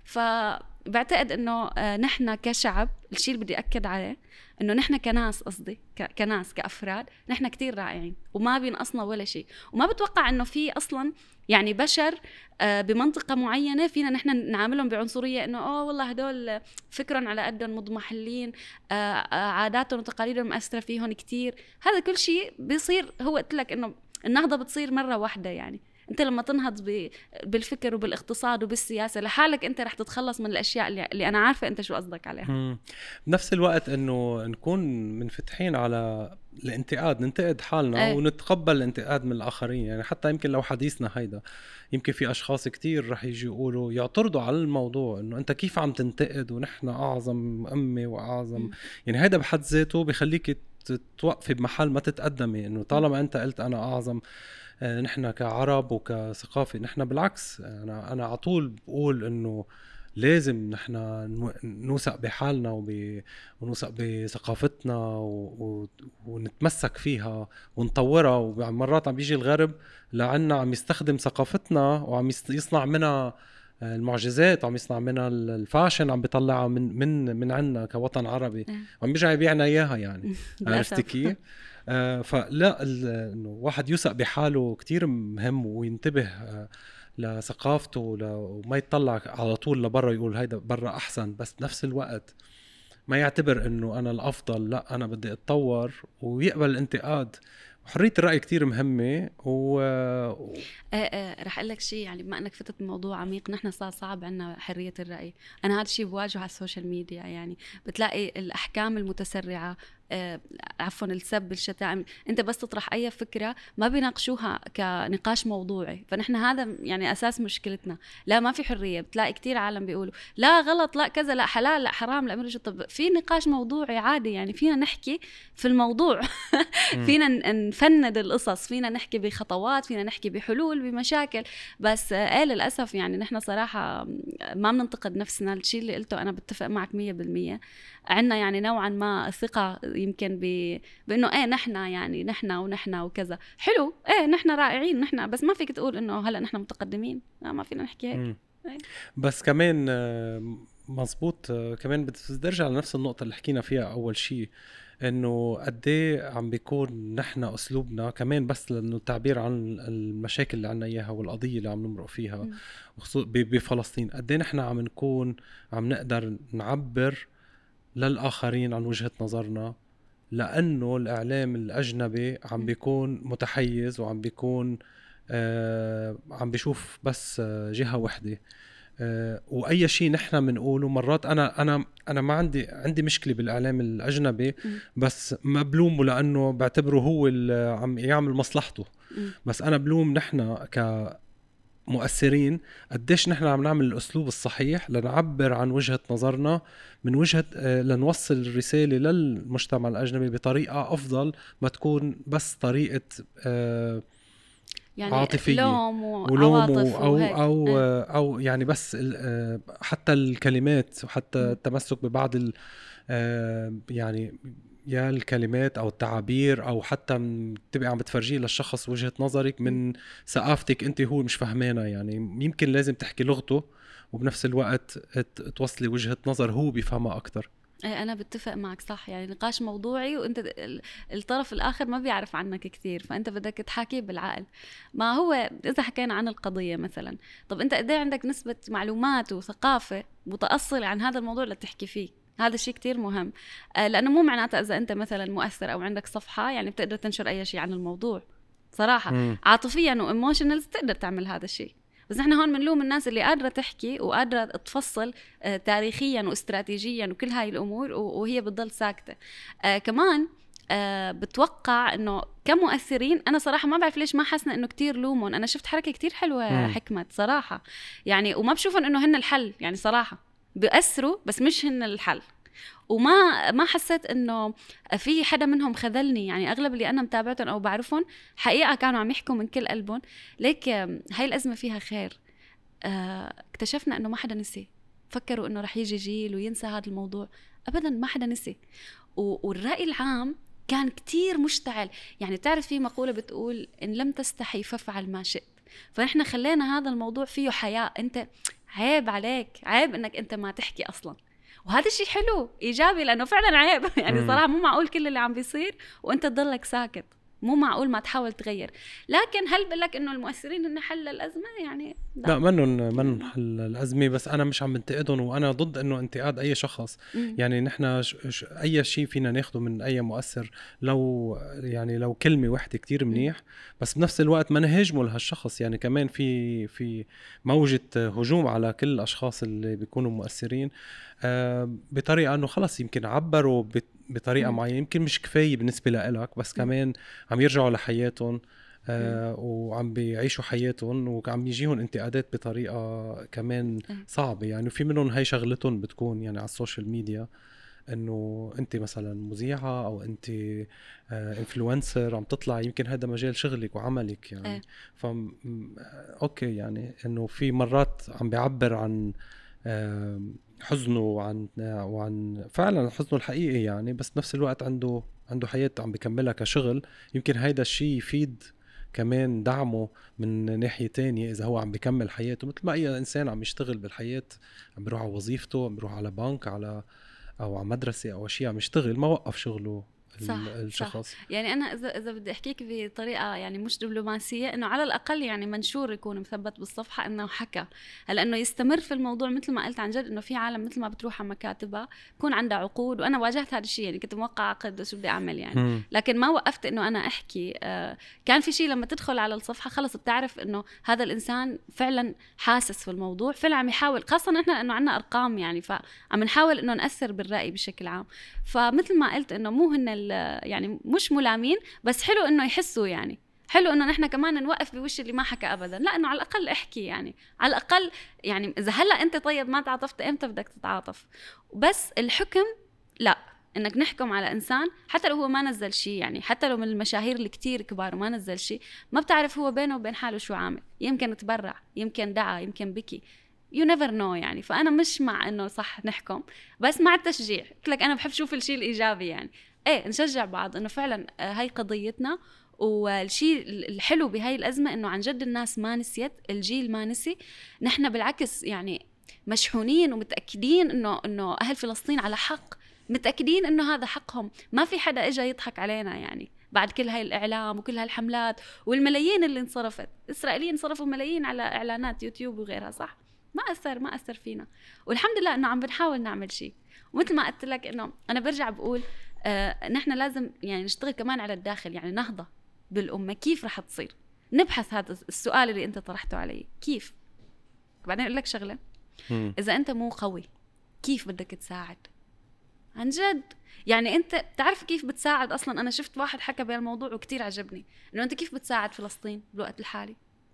فبعتقد انه نحن كشعب، الشيء اللي بدي اكد عليه انه نحن كناس، قصدي كناس كافراد، نحن كتير رائعين وما بينقصنا ولا شيء. وما بتوقع انه في اصلا يعني بشر بمنطقه معينه فينا نحن نعاملهم بعنصريه، انه والله هدول فكرهم على قدهم، مضمحلين، عاداتهم وتقاليدهم مأثره فيهم كتير. هذا كل شيء بيصير، هو قلت لك انه النهضه بتصير مره واحده. يعني انت لما تنهض بالفكر وبالاقتصاد وبالسياسه لحالك، انت رح تتخلص من الاشياء اللي انا عارفه انت شو قصدك عليها. بنفس الوقت انه نكون منفتحين على الانتقاد، ننتقد حالنا ونتقبل الانتقاد من الاخرين. يعني حتى يمكن لو حديثنا هيدا، يمكن في اشخاص كتير رح يجي يقولوا يعترضوا على الموضوع، انه انت كيف عم تنتقد ونحن اعظم امه واعظم. يعني هيدا بحد ذاته بخليك توقفي بمحل ما تتقدمي، انه طالما انت قلت انا اعظم. نحن كعرب وكثقافة، نحن بالعكس، أنا على طول بقول إنه لازم نحن نوثق بحالنا ونوثق بثقافتنا ونتمسك فيها ونطورها. ومرات عم بيجي الغرب لعنا عم يستخدم ثقافتنا وعم يصنع منها المعجزات، وعم يصنع منها الفاشن، عم بيطلعها من عنا كوطن عربي، وعم بيرجع يبيعنا إياها. يعني عرفتي كيف؟ فلا، انه واحد يوثق بحاله كتير مهم، وينتبه لثقافته وما يطلع على طول لبرا يقول هيدا برا احسن، بس بنفس الوقت ما يعتبر انه انا الافضل، لا انا بدي اتطور، ويقبل الانتقاد. حرية الرأي كتير مهمة. رح أقول لك شيء، يعني بما أنك فتت بموضوع عميق، نحن صعب عنا حرية الرأي. أنا هذا الشيء بواجهه على السوشيال ميديا. يعني بتلاقي الأحكام المتسرعة، عفوا السب، الشتائم، انت بس تطرح اي فكره ما بيناقشوها كنقاش موضوعي. فنحن هذا يعني اساس مشكلتنا. لا، ما في حريه. بتلاقي كتير عالم بيقولوا لا غلط، لا كذا، لا حلال، لا حرام، لا مدري. طب في نقاش موضوعي عادي، يعني فينا نحكي في الموضوع فينا نفند القصص، فينا نحكي بخطوات، فينا نحكي بحلول بمشاكل. بس للاسف يعني نحن صراحه ما بننتقد نفسنا. الشيء اللي قلته انا بتفق معك 100%. عنا يعني نوعا ما ثقة يمكن بأنه نحن وكذا حلو، نحن رائعين، نحن، بس ما فيك تقول أنه هلأ نحن متقدمين. ما فينا نحكي هيك. بس كمان مزبوط، كمان بترجع على نفس النقطة اللي حكينا فيها أول شيء، انه قديه عم بيكون نحن اسلوبنا كمان بس لانه التعبير عن المشاكل اللي عنا اياها والقضيه اللي عم نمرق فيها بفلسطين، قديه نحن عم نكون عم نقدر نعبر للآخرين عن وجهة نظرنا، لأنه الإعلام الأجنبي عم بيكون متحيز، وعم بيكون عم بيشوف بس جهة واحدة. وأي شيء نحن منقوله مرات، أنا ما عندي مشكلة بالإعلام الأجنبي، بس ما بلومه لأنه بعتبره هو اللي عم يعمل مصلحته. بس أنا بلوم نحن مؤثرين قديش نحن عم نعمل الأسلوب الصحيح لنعبر عن وجهة نظرنا، من وجهة لنوصل الرسالة للمجتمع الأجنبي بطريقة أفضل ما تكون بس طريقة يعني عاطفية، لوم أو يعني بس حتى الكلمات، وحتى التمسك ببعض يعني يا الكلمات أو التعابير، أو حتى تبقى عم بتفرجيه للشخص وجهة نظرك من ثقافتك أنت هو مش فهمانة. يعني يمكن لازم تحكي لغته، وبنفس الوقت توصلي وجهة نظر هو بيفهمها أكتر. أنا بتفق معك، صح. يعني نقاش موضوعي، وأنت الطرف الآخر ما بيعرف عنك كتير، فأنت بدك تحاكي بالعقل. ما هو إذا حكينا عن القضية مثلا، طب أنت قديه عندك نسبة معلومات وثقافة متأصلة عن هذا الموضوع لتحكي فيه؟ هذا الشيء كتير مهم. لأنه مو معناته إذا أنت مثلا مؤثر أو عندك صفحة يعني بتقدر تنشر أي شيء عن الموضوع. صراحة عاطفيا وإيموشنالز تقدر تعمل هذا الشيء. بس نحن هون بنلوم الناس اللي قادرة تحكي وقادرة تفصل تاريخيا واستراتيجيا وكل هاي الأمور، وهي بتضل ساكتة. كمان بتوقع انه كمؤثرين، انا صراحه ما بعرف ليش ما حسنا انه كتير لومون. انا شفت حركه كتير حلوه حكمت صراحه، يعني وما بشوفهم انه هن الحل. يعني صراحه بيأثروا بس مش هن الحل. وما حسيت انه في حدا منهم خذلني. يعني اغلب اللي انا متابعتهم او بعرفهم حقيقه كانوا عم يحكوا من كل قلبهم. ليك هاي الازمه فيها خير. اكتشفنا انه ما حدا نسي. فكروا انه رح يجي جيل وينسى هذا الموضوع، ابدا ما حدا نسي. والرأي العام كان كتير مشتعل. يعني بتعرف في مقولة بتقول إن لم تستحي فافعل ما شئت. فنحن خلينا هذا الموضوع فيه حياء. انت عيب عليك، عيب انك انت ما تحكي اصلا. وهذا الشيء حلو ايجابي، لانه فعلا عيب يعني صراحه مو معقول كل اللي عم بيصير وانت تضلك ساكت، مو معقول ما تحاول تغير. لكن هل بقول لك انه المؤثرين هن حل الازمه؟ يعني لا، منن حل الازمه، بس انا مش عم بنتقدهم، وانا ضد انه انتقاد اي شخص. يعني نحن اي شيء فينا ناخده من اي مؤثر، لو كلمه واحده كتير منيح، بس بنفس الوقت ما نهاجمه لهالشخص. يعني كمان في موجه هجوم على كل الاشخاص اللي بيكونوا مؤثرين بطريقه انه خلص يمكن عبروا بطريقه معينه، يمكن مش كفايه بالنسبه لك، بس كمان عم يرجعوا لحياتهم وعم بيعيشوا حياتهم، وعم يجيهم انتقادات بطريقه كمان صعبه. يعني في منهم هاي شغلتهم بتكون يعني على السوشيال ميديا، انه انت مثلا مذيعه او انت انفلونسر عم تطلع، يمكن هذا مجال شغلك وعملك يعني. اوكي، يعني انه في مرات عم بيعبر عن حزنه وعن فعلا حزنه الحقيقي يعني، بس بنفس الوقت عنده حياة عم بيكملها كشغل. يمكن هيدا الشيء يفيد كمان دعمه من ناحية تانية إذا هو عم بيكمل حياته مثل ما أي إنسان عم يشتغل بالحياة، عم بيروح على وظيفته، عم بيروح على بنك، أو على مدرسة أو شيء، عم يشتغل، ما وقف شغله الشخص. صح. يعني أنا إذا بدي أحكيك بطريقة يعني مش دبلوماسية، إنه على الأقل يعني منشور يكون مثبت بالصفحة إنه حكى، هلا إنه يستمر في الموضوع. مثل ما قلت عن جد إنه في عالم مثل ما بتروح على مكاتبها يكون عندها عقود، وأنا واجهت هذا الشيء يعني، كنت موقع عقد شو بدي أعمل يعني. لكن ما وقفت إنه أنا أحكي. كان في شيء لما تدخل على الصفحة خلص بتعرف إنه هذا الإنسان فعلا حاسس في الموضوع، فعلا عم يحاول، خاصة نحن إنه عنا أرقام يعني، فعم نحاول إنه نأثر بالرأي بشكل عام. فمثل ما قلت إنه مو هن يعني مش ملامين، بس حلو انه يحسوا يعني، حلو انه نحن كمان نوقف بوش اللي ما حكى ابدا، لا انه على الاقل احكي يعني، على الاقل يعني اذا هلا انت طيب ما تعاطفت امتى بدك تتعاطف؟ بس الحكم لا، انك نحكم على انسان حتى لو هو ما نزل شيء يعني، حتى لو من المشاهير اللي كتير كبار وما نزل شيء، ما بتعرف هو بينه وبين حاله شو عامل، يمكن تبرع، يمكن دعا، يمكن بكي، you never know يعني. فأنا مش مع إنه صح نحكم، بس مع التشجيع. قلت لك أنا بحب شوف الشيء الإيجابي يعني، إيه نشجع بعض إنه فعلا هاي قضيتنا. والشيء الحلو بهاي الأزمة إنه عن جد الناس ما نسيت، الجيل ما نسي، نحن بالعكس يعني مشحونين ومتأكدين إنه أهل فلسطين على حق، متأكدين إنه هذا حقهم، ما في حدا إجا يضحك علينا يعني. بعد كل هاي الإعلام وكل هالحملات والملايين اللي انصرفت، إسرائيليين صرفوا ملايين على إعلانات يوتيوب وغيرها، صح؟ ما أثر فينا، والحمد لله إنه عم بنحاول نعمل شيء. ومثل ما قلت لك إنه أنا برجع بقول نحن لازم يعني نشتغل كمان على الداخل، يعني نهضة بالأمة. كيف رح تصير؟ نبحث هذا السؤال اللي أنت طرحته علي، كيف؟ بعدين أقول لك شغلة، إذا أنت مو قوي كيف بدك تساعد؟ عن جد يعني أنت تعرف كيف بتساعد أصلا؟ أنا شفت واحد حكى بهالموضوع وكتير عجبني، إنه أنت كيف بتساعد فلسطين بالوقت الحالي؟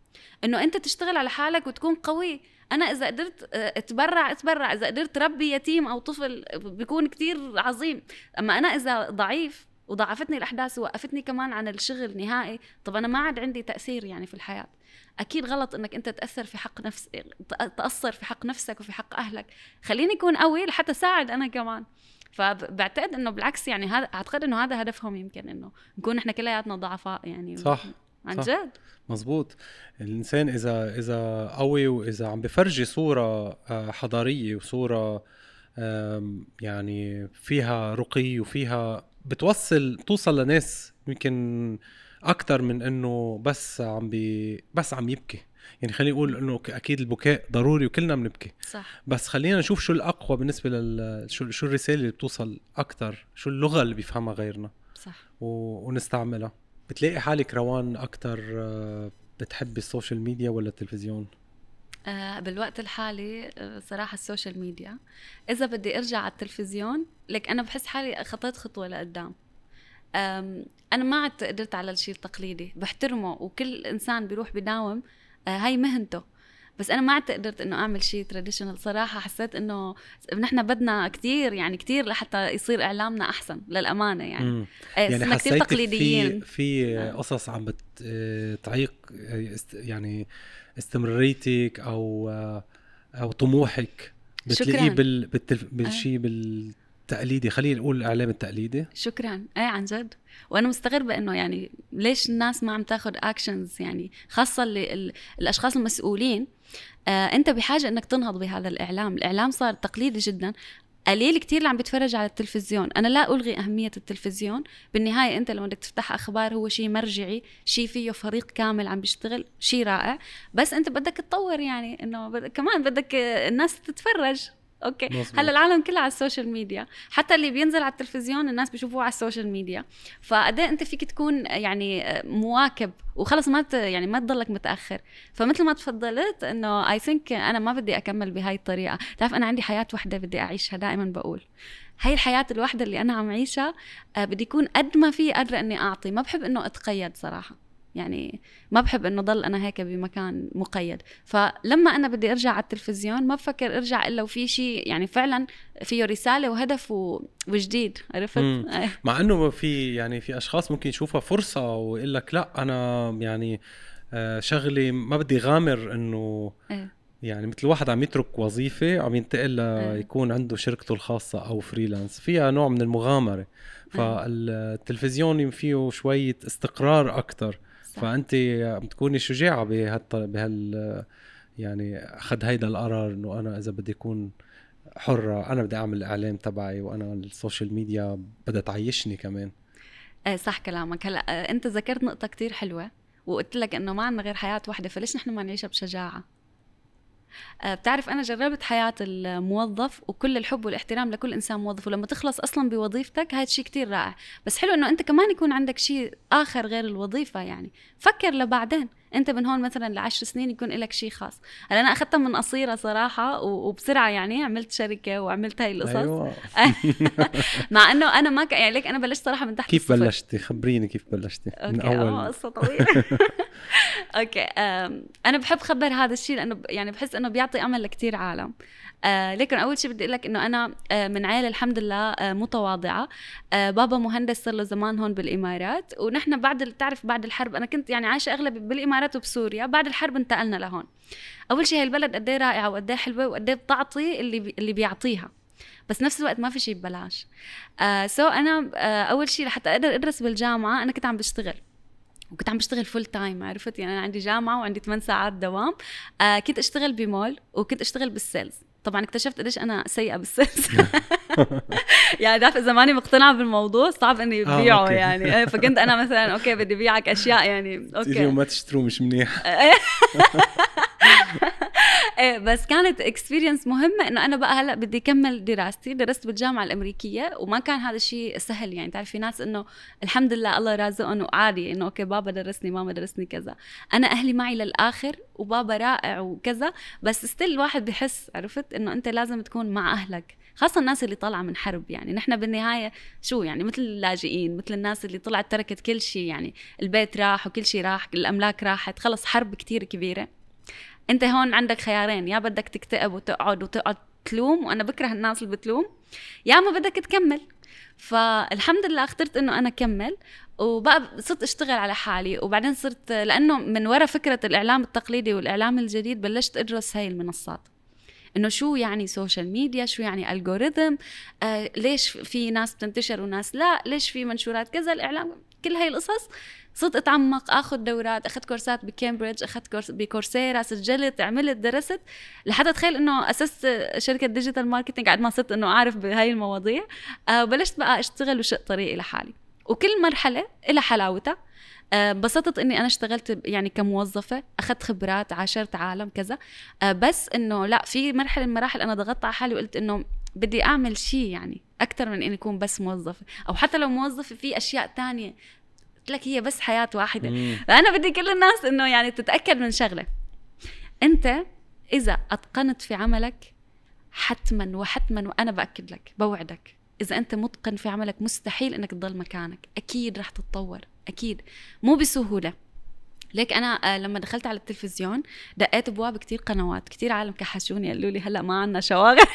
إنه أنت تشتغل على حالك وتكون قوي. أنا إذا قدرت أتبرع، إذا قدرت ربي يتيم أو طفل بيكون كتير عظيم. أما أنا إذا ضعيف وضعفتني الأحداث ووقفتني كمان عن الشغل نهائي، طب أنا ما عاد عندي تأثير يعني في الحياة. أكيد غلط إنك أنت تأثر في حق تأثر في حق نفسك وفي حق أهلك. خليني أكون قوي لحتى ساعد أنا كمان. فبعتقد إنه بالعكس يعني، هذا أعتقد إنه هذا هدفهم، يمكن إنه نكون إحنا كلياتنا ضعفاء يعني. صح عن جد مزبوط. الإنسان إذا قوي وإذا عم بفرجي صورة حضارية وصورة يعني فيها رقي وفيها توصل لناس يمكن أكتر من إنه بس عم يبكي. يعني خلينا نقول إنه أكيد البكاء ضروري وكلنا بنبكي، صح. بس خلينا نشوف شو الأقوى بالنسبة شو الرسالة اللي بتوصل أكتر، شو اللغة اللي بيفهمها غيرنا، صح. ونستعملها. بتلاقي حالك روان أكتر بتحبي السوشيال ميديا ولا التلفزيون؟ بالوقت الحالي صراحة السوشيال ميديا. إذا بدي أرجع على التلفزيون لك، أنا بحس حالي خطيت خطوة لقدام. أنا ما عدت قدرت على الشيء التقليدي، بحترمه وكل إنسان بيروح بداوم هاي مهنته، بس أنا ما عدت قدرت إنه أعمل شيء تراديشنال صراحة. حسيت إنه نحن بدنا كتير يعني كتير لحتى يصير إعلامنا أحسن للأمانة يعني. يعني كتير تقليديين في قصص عم بتعيق يعني استمراريتك أو طموحك، بتلاقيه بالشيء تقليدي، خلينا نقول الإعلام التقليدي. شكرا. اي عن جد. وانا مستغربه انه يعني ليش الناس ما عم تاخد اكشنز، يعني خاصه الاشخاص المسؤولين. انت بحاجه انك تنهض بهذا الاعلام صار تقليدي جدا، قليل كتير اللي عم بيتفرج على التلفزيون. أنا لا ألغي أهمية التلفزيون، بالنهاية أنت لو بدك تفتح أخبار هو شيء مرجعي، شيء فيه فريق كامل عم بيشتغل، شيء رائع، بس أنت بدك تطور، يعني إنه كمان بدك الناس تتفرج. اوكي مزبوط. هلا العالم كلها على السوشيال ميديا، حتى اللي بينزل على التلفزيون الناس بيشوفوه على السوشيال ميديا، فقديه انت فيك تكون يعني مواكب وخلص، ما يعني ما تضلك متاخر. فمثل ما تفضلت انه اي ثينك انا ما بدي اكمل بهاي الطريقه. تعرف انا عندي حياه واحده بدي اعيشها، دائما بقول هاي الحياه الواحده اللي انا عم عيشها بدي يكون قد ما في قادره اني اعطي. ما بحب انه اتقيد صراحه، يعني ما بحب انه ضل انا هيك بمكان مقيد. فلما انا بدي ارجع على التلفزيون ما بفكر ارجع الا وفي شيء يعني فعلا فيه رساله وهدف وجديد، عرفت؟ مع انه في اشخاص ممكن يشوفها فرصه ويقول لك لا انا يعني شغلي ما بدي غامر انه يعني مثل واحد عم يترك وظيفه عم ينتقل يكون عنده شركته الخاصه او فريلانس، فيها نوع من المغامره. فالتلفزيون فيه شويه استقرار اكتر، فأنت بتكوني شجاعة يعني أخذ هيدا القرار إنه أنا إذا بدي أكون حرة أنا بدي أعمل الإعلام تبعي، وأنا السوشيال ميديا بدها تعيشني كمان. صح كلامك. هلأ أنت ذكرت نقطة كتير حلوة وقلت لك إنه ما عندنا غير حياة واحدة، فليش نحن ما نعيشها بشجاعة؟ بتعرف أنا جربت حياة الموظف وكل الحب والاحترام لكل إنسان موظف، ولما تخلص أصلا بوظيفتك هذا شيء كتير رائع، بس حلو إنه أنت كمان يكون عندك شيء آخر غير الوظيفة. يعني فكر لبعدين، أنت من هون مثلا ل10 سنين يكون لك شيء خاص. هلا أنا أخذتها من قصيرة صراحة وبسرعة، يعني عملت شركة وعملت هاي القصص. أيوة. مع إنه أنا ما يعني ليك أنا بلشت صراحة من تحت كيف الصفر. بلشتي؟ خبريني كيف بلشتي من أول. قصة طويلة. اوكي انا بحب خبر هذا الشيء لانه يعني بحس انه بيعطي امل لكتير عالم. لكن اول شيء بدي اقول لك انه انا من عائله الحمد لله متواضعه. بابا مهندس صار له زمان هون بالامارات، ونحن تعرف بعد الحرب انا كنت يعني عايشه اغلب بالامارات وبسوريا، بعد الحرب انتقلنا لهون. اول شيء هاي البلد قد ايه رائعه وقد ايه حلوه وقد ايه بتعطي اللي بيعطيها، بس نفس الوقت ما في شيء ببلاش. انا اول شيء لحتى اقدر ادرس بالجامعه انا كنت عم بشتغل، وكنت عم بشتغل فول تايم، عرفت؟ يعني أنا عندي جامعة وعندي 8 ساعات دوام. كنت أشتغل بمول وكنت أشتغل بالسيلز. طبعا اكتشفت قديش أنا سيئة بالسيلز. يعني دافع إذا ماني مقتنعة بالموضوع صعب إني ببيعه يعني. فكنت أنا مثلا أوكي بدي بيعك أشياء يعني أوكي وما تشتروا مش منيح. بس كانت اكسبيرينس مهمة إنه أنا بقى هلأ بدي أكمل دراستي. درست بالجامعة الأمريكية وما كان هذا الشيء سهل، يعني تعرف في ناس إنه الحمد لله الله رازقهم وعادي إنه أوكي بابا درسني ماما درسني كذا. أنا أهلي معي للآخر وبابا رائع وكذا، بس ستيل الواحد بحس، عرفت إنه أنت لازم تكون مع أهلك، خاصة الناس اللي طالعة من حرب. يعني نحن بالنهاية شو يعني مثل اللاجئين، مثل الناس اللي طلعت تركت كل شيء، يعني البيت راح وكل شيء راح، الأملاك راحت، خلص حرب كتير كبيرة. انت هون عندك خيارين، يا بدك تكتئب وتقعد تلوم، وانا بكره الناس اللي بتلوم، يا ما بدك تكمل. فالحمد لله اخترت انه انا اكمل، وبقى صرت اشتغل على حالي. وبعدين صرت لانه من وراء فكرة الاعلام التقليدي والاعلام الجديد بلشت ادرس هاي المنصات، انه شو يعني سوشيال ميديا، شو يعني الجوريثم، ليش في ناس بتنتشر وناس لا، ليش في منشورات كذا، الاعلام، كل هاي القصص. صرت اتعمق، اخذ دورات، اخذت كورسات بكامبريدج، اخذت كورس بكورسيرا، سجلت، عملت، درست، لحتى اتخيل انه اسست شركه ديجيتال ماركتينج بعد ما صرت انه اعرف بهاي المواضيع. بلشت بقى اشتغل وشق طريقي لحالي، وكل مرحله لها حلاوتها. بسطت اني انا اشتغلت يعني كموظفه، اخذت خبرات، عاشرت عالم كذا. بس انه لا، في مرحله من المراحل انا ضغطت على حالي وقلت انه بدي اعمل شيء يعني اكثر من اني اكون بس موظفه، او حتى لو موظفه في اشياء تانية. قلت لك هي بس حياه واحده. فانا بدي كل الناس انه يعني تتاكد من شغله، انت اذا اتقنت في عملك حتما وحتما، وانا باكد لك بوعدك، اذا انت متقن في عملك مستحيل انك تضل مكانك، اكيد رح تتطور، اكيد مو بسهوله. ليك انا لما دخلت على التلفزيون دقيت ابواب كتير قنوات، كتير عالم كحشوني قالوا لي هلا ما عنا شواغل.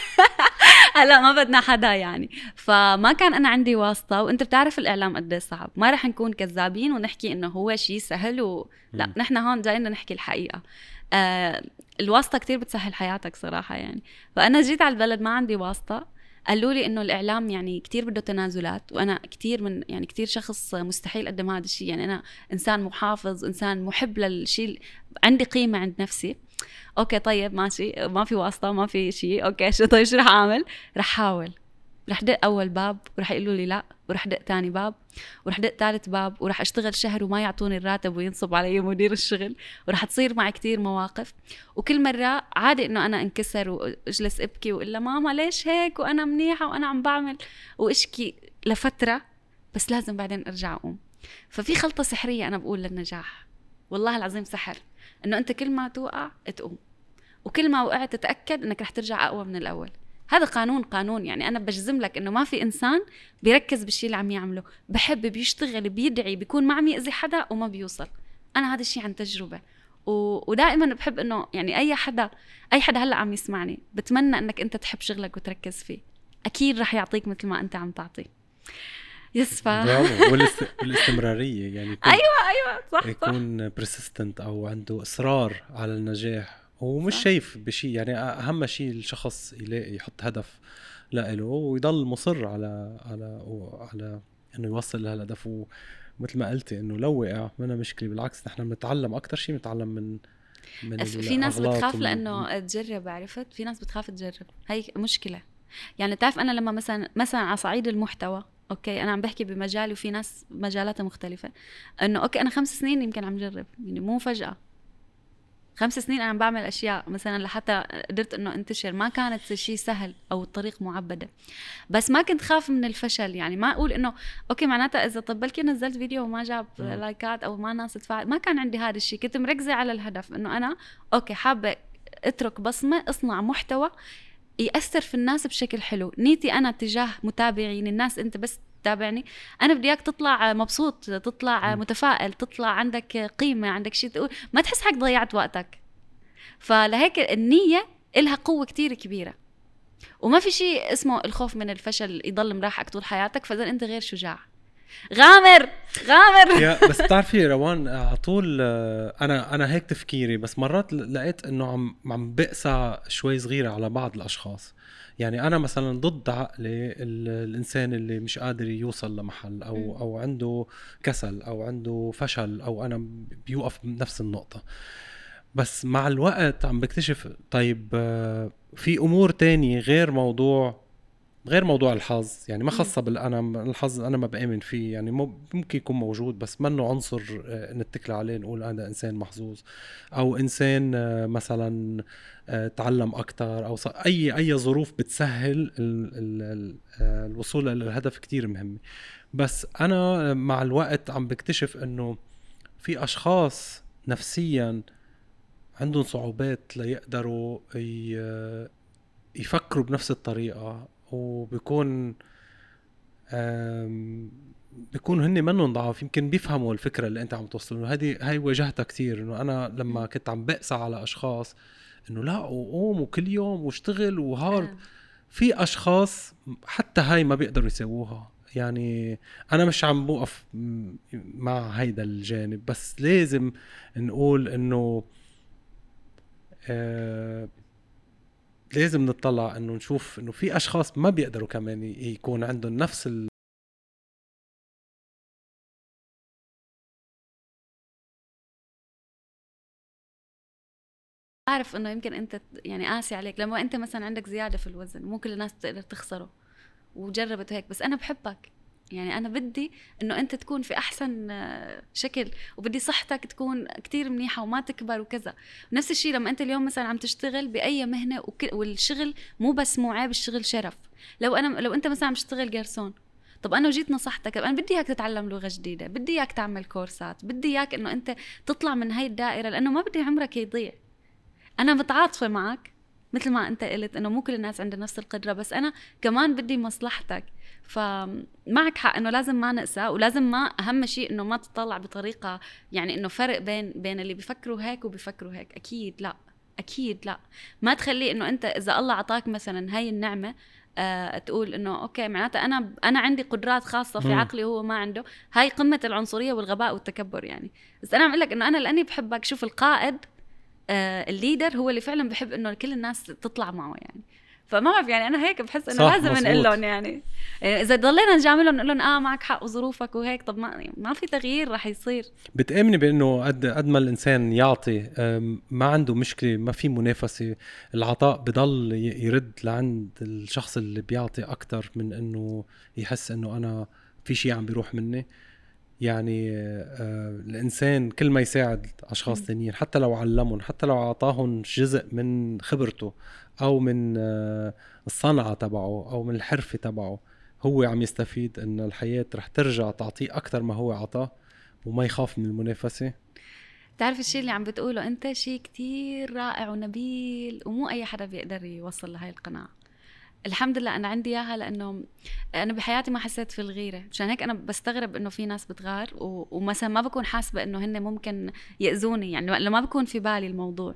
هلا ما بدنا حدا يعني. فما كان انا عندي واسطه، وانت بتعرف الاعلام قد ايه صعب، ما رح نكون كذابين ونحكي انه هو شيء سهل لا، نحن هون جايين نحكي الحقيقه. الواسطه كتير بتسهل حياتك صراحه يعني. فانا جيت على البلد ما عندي واسطه، قالوا لي انه الاعلام يعني كتير بده تنازلات، وانا كتير من يعني كتير شخص مستحيل اقدم هذا الشيء، يعني انا انسان محافظ، انسان محب للشيء، عندي قيمه عند نفسي. اوكي طيب ماشي، ما في واسطه، ما في شيء، اوكي شو طيب شو رح اعمل؟ رح احاول، رح دق اول باب ورح يقولوا لي لا، ورح دق تاني باب ورح دق ثالث باب، ورح اشتغل شهر وما يعطوني الراتب وينصب علي مدير الشغل، ورح تصير معي كتير مواقف. وكل مرة عادي انه انا انكسر واجلس ابكي واقول لها ماما ليش هيك وانا منيحة وانا عم بعمل، واشكي لفترة، بس لازم بعدين ارجع اقوم. ففي خلطة سحرية انا بقول للنجاح، والله العظيم سحر، انه انت كل ما توقع تقوم، وكل ما وقعت تتأكد انك رح ترجع اقوى من الاول. هذا قانون يعني انا بجزم لك انه ما في انسان بيركز بالشيء اللي عم يعمله، بحب بيشتغل بيدعي بيكون ما عم يأذي حدا وما بيوصل. انا هذا الشيء عن تجربة، ودائما بحب انه يعني اي حدا هلا عم يسمعني بتمنى انك انت تحب شغلك وتركز فيه، اكيد رح يعطيك مثل ما انت عم تعطي. يسفى برافو. والاستمرارية يعني ايوه صح يكون persistent او عنده اصرار على النجاح، ومش صح. شايف بشيء. يعني اهم شيء الشخص يلاقي يحط هدف لإله ويضل مصر على انه يوصل لهالهدف. ومثل ما قلتي انه لو وقع ما مشكلة، بالعكس نحن بنتعلم اكتر شيء، بنتعلم من في ناس الاغلاط بتخاف لانه تجرب، عرفت؟ في ناس بتخاف تجرب، هي مشكلة. يعني تعرف انا لما مثلا على صعيد المحتوى، اوكي انا عم بحكي بمجالي وفي ناس مجالاتها مختلفة، انه اوكي انا 5 سنين يمكن عم جرب، يعني مو فجأة 5 سنين انا عم بعمل اشياء مثلا لحتى قدرت انه انتشر، ما كانت شيء سهل او الطريق معبدة، بس ما كنت خاف من الفشل. يعني ما اقول انه اوكي معناتها اذا طب بلكي نزلت فيديو وما جاب لايكات او ما ناس تفاعل، ما كان عندي هذا الشيء. كنت مركزة على الهدف، انه انا اوكي حابة اترك بصمة، اصنع محتوى يأثر في الناس بشكل حلو. نيتي أنا تجاه متابعين الناس، أنت بس تابعني، أنا بدي إياك تطلع مبسوط، تطلع متفائل، تطلع عندك قيمة، عندك شيء تقول، ما تحس حق ضيعت وقتك. فلهيك النية إلها قوة كتير كبيرة، وما في شيء اسمه الخوف من الفشل يضل مراحك طول حياتك، فإذا أنت غير شجاع. غامر يا بس بتعرفي روان، على طول انا هيك تفكيري، بس مرات لقيت انه عم بقسى شوي صغيره على بعض الاشخاص. يعني انا مثلا ضد عقلي الانسان اللي مش قادر يوصل لمحل او عنده كسل او عنده فشل او انا بيوقف بنفس النقطه. بس مع الوقت عم بكتشف طيب في امور تانية غير موضوع الحظ. يعني ما خاصة الحظ أنا ما بآمن فيه. يعني ممكن يكون موجود بس منه عنصر نتكل عليه نقول أنا إنسان محظوظ، أو إنسان مثلا تعلم أكتر، أو أي ظروف بتسهل الوصول للهدف كتير مهم. بس أنا مع الوقت عم بكتشف أنه في أشخاص نفسيا عندهم صعوبات ليقدروا يفكروا بنفس الطريقة، وبيكون هن منهم ضعاف، يمكن بيفهموا الفكرة اللي انت عم توصل له. هاي واجهتها كتير، انه انا لما كنت عم بقسى على اشخاص انه لا وقوم وكل يوم واشتغل وهارد، في اشخاص حتى هاي ما بيقدروا يسووها. يعني انا مش عم بوقف مع هيدا الجانب، بس لازم نقول انه لازم نطلع انه نشوف انه في اشخاص ما بيقدروا كمان يكون عندهم نفس أعرف إنه يمكن أنت يعني قاسي عليك لما أنت مثلا عندك زيادة في الوزن، مو كل الناس تقدر تخسره وجربت هيك، بس أنا بحبك. يعني أنا بدي إنه أنت تكون في أحسن شكل، وبدي صحتك تكون كتير منيحة وما تكبر وكذا. نفس الشيء لما أنت اليوم مثلا عم تشتغل بأي مهنة والشغل مو بس مو عيب، الشغل شرف. لو أنت مثلا عم تشتغل جرسون، طب أنا وجيت نصحتك، أنا بدي إياك تتعلم لغة جديدة، بدي إياك تعمل كورسات، بدي إياك إنه أنت تطلع من هاي الدائرة، لأنه ما بدي عمرك يضيع. أنا متعاطفة معك مثل ما أنت قلت إنه مو كل الناس عندها نفس القدرة، بس أنا كمان بدي مصلحتك. فمعك حق إنه لازم ما نقسى، ولازم ما أهم شيء إنه ما تطلع بطريقة يعني إنه فرق بين اللي بيفكروا هيك وبيفكروا هيك. أكيد لا ما تخلي إنه أنت إذا الله عطاك مثلا هاي النعمة تقول إنه أوكي معناته أنا عندي قدرات خاصة في عقلي وهو ما عنده. هاي قمة العنصرية والغباء والتكبر يعني. بس أنا عم أقول لك إنه أنا لأني بحبك. شوف القائد الليدر هو اللي فعلا بحب انه كل الناس تطلع معه يعني. فما بعرف يعني انا هيك بحس انه صح، لازم مظبوط. نقول لهم يعني اذا ضلينا نجاملهم نقول لهم معك حق وظروفك وهيك، طب ما في تغيير رح يصير. بتآمني بأنه قد ما الإنسان يعطي ما عنده مشكلة، ما في منافسة، العطاء بضل يرد لعند الشخص اللي بيعطي أكتر من أنه يحس أنه أنا في شيء عم بيروح مني؟ يعني الإنسان كل ما يساعد أشخاص تانيين، حتى لو علمهم، حتى لو عطاهم جزء من خبرته أو من الصنعة تبعه أو من الحرفة تبعه، هو عم يستفيد. أن الحياة رح ترجع تعطيه أكتر ما هو عطاه، وما يخاف من المنافسة. تعرف الشيء اللي عم بتقوله انت شيء كتير رائع ونبيل، ومو اي حدا بيقدر يوصل لهاي القناعة. الحمد لله انا عندي اياها، لانه انا بحياتي ما حسيت في الغيرة، مشان هيك انا بستغرب انه في ناس بتغار ومثلا ما بكون حاسبة انه هن ممكن يأذوني، يعني لما بكون في بالي الموضوع.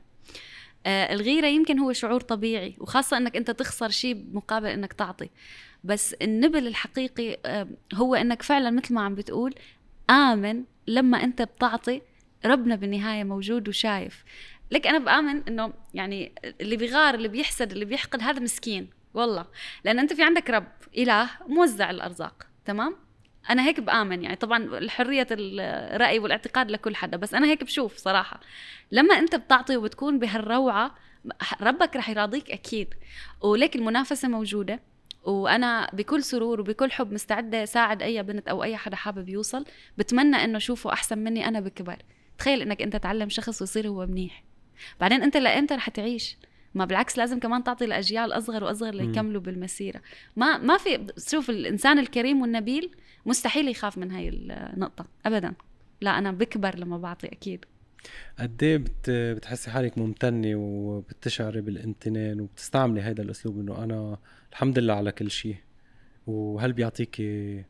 الغيرة يمكن هو شعور طبيعي، وخاصة انك انت تخسر شيء مقابل انك تعطي. بس النبل الحقيقي هو انك فعلا مثل ما عم بتقول آمن لما انت بتعطي، ربنا بالنهاية موجود وشايف لك. انا بآمن انه يعني اللي بيغار، اللي بيحسد، اللي بيحقد، هذا مسكين والله، لان انت في عندك رب اله موزع الارزاق، تمام؟ انا هيك بآمن. يعني طبعا حرية الرأي والاعتقاد لكل حدا، بس انا هيك بشوف صراحة. لما انت بتعطي وبتكون بهالروعة، ربك رح يراضيك اكيد. ولك المنافسة موجودة، وانا بكل سرور وبكل حب مستعدة ساعد اي بنت او اي حدا حابب يوصل. بتمنى انه شوفه احسن مني انا بكبر. تخيل انك انت تعلم شخص ويصير هو منيح، بعدين انت لامتى رح تعيش؟ ما بالعكس لازم كمان تعطي لاجيال اصغر واصغر ليكملوا بالمسيره. ما في، شوف الانسان الكريم والنبيل مستحيل يخاف من هاي النقطه ابدا. لا انا بكبر لما بعطي اكيد. قديه بتحسي حالك ممتنة وبتشعري بالامتنان وبتستعملي هذا الأسلوب إنه أنا الحمد لله على كل شيء؟ وهل بيعطيكي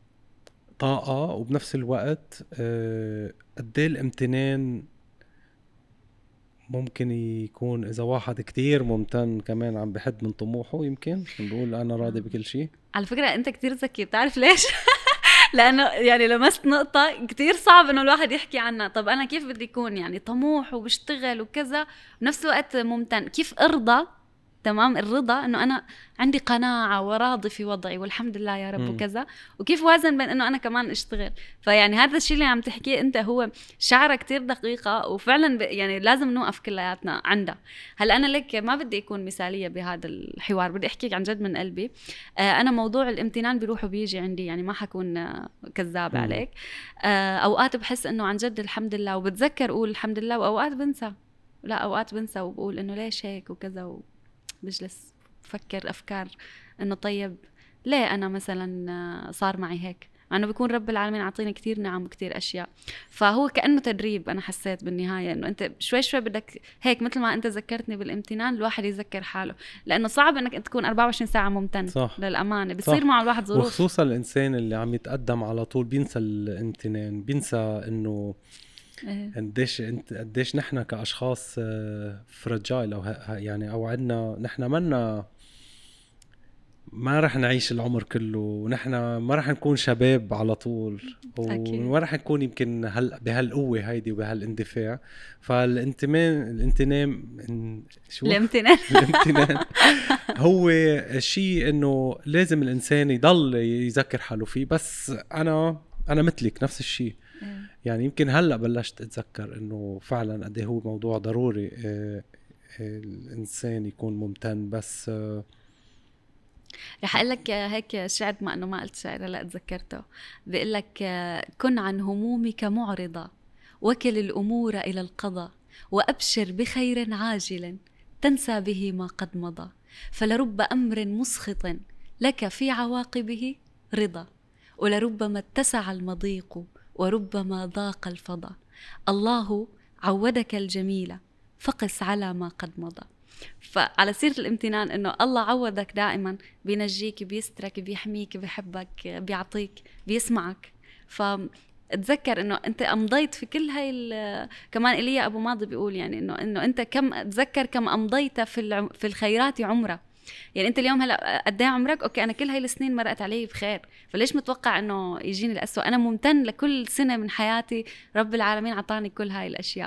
طاقة؟ وبنفس الوقت قديه الامتنان ممكن يكون إذا واحد كتير ممتن كمان عم بحد من طموحه، يمكن بقول أنا راضي بكل شيء؟ على فكره انت كتير ذكي، بتعرف ليش؟ لانه يعني لمست نقطه كتير صعب انه الواحد يحكي عنها. طب انا كيف بدي يكون يعني طموح وبشتغل وكذا بنفس الوقت ممتن؟ كيف ارضى؟ تمام، الرضا انه انا عندي قناعه وراضي في وضعي والحمد لله يا رب وكذا، وكيف وازن بين انه انا كمان اشتغل. فيعني هذا الشيء اللي عم تحكيه انت هو شعره كتير دقيقه، وفعلا يعني لازم نوقف كلياتنا عندها. هلا انا لك ما بدي اكون مثاليه بهذا الحوار، بدي احكيك عن جد من قلبي. انا موضوع الامتنان بيروح وبيجي عندي، يعني ما حكون كذاب عليك. اوقات بحس انه عن جد الحمد لله وبتذكر اقول الحمد لله، واوقات بنسى. لا اوقات بنسى وبقول انه ليش هيك وكذا، بجلس بفكر أفكار إنه طيب ليه أنا مثلا صار معي هيك، أنه بيكون رب العالمين عطيني كتير نعم وكتير أشياء. فهو كأنه تدريب. أنا حسيت بالنهاية إنه أنت شوي شوي بدك هيك، مثل ما أنت ذكرتني بالامتنان، الواحد يذكر حاله، لأنه صعب إنك تكون 24 ساعة ممتن. صح. للأمانة بتصير مع الواحد ظروف، وخصوصا الإنسان اللي عم يتقدم على طول بينسى الامتنان، بينسى إنه قديش نحن كأشخاص فرجايل، أو يعني أو عندنا نحن ما رح نعيش العمر كله، ونحن ما رح نكون شباب على طول، وما رح نكون يمكن بهالقوة هيدي وبهالاندفاع. الامتنان هو شيء انه لازم الانسان يضل يذكر حاله فيه. بس انا مثلك نفس الشيء، يعني يمكن هلأ بلشت اتذكر انه فعلا قد هو موضوع ضروري الانسان يكون ممتن. بس رح اقول لك هيك شعر، ما انه ما قلت شعر لا اتذكرته، بيقول لك كن عن همومك معرضة، وكل الامور الى القضاء، وابشر بخير عاجل تنسى به ما قد مضى، فلرب امر مسخط لك في عواقبه رضا، ولربما اتسع المضيق وربما ضاق الفضا، الله عودك الجميل فقس على ما قد مضى. فعلى سيرة الامتنان، انه الله عودك دائما، بينجيك، بيسترك، بيحميك، بيحبك، بيعطيك، بيسمعك. فتذكر انه انت امضيت في كل هاي كمان ايليا ابو ماضي بيقول يعني انه انت تذكر كم امضيت في الخيرات عمره. يعني انت اليوم هلا قد ايه عمرك؟ اوكي انا كل هاي السنين مرقت علي بخير، فليش متوقع انه يجيني الأسوأ؟ انا ممتن لكل سنة من حياتي، رب العالمين عطاني كل هاي الاشياء.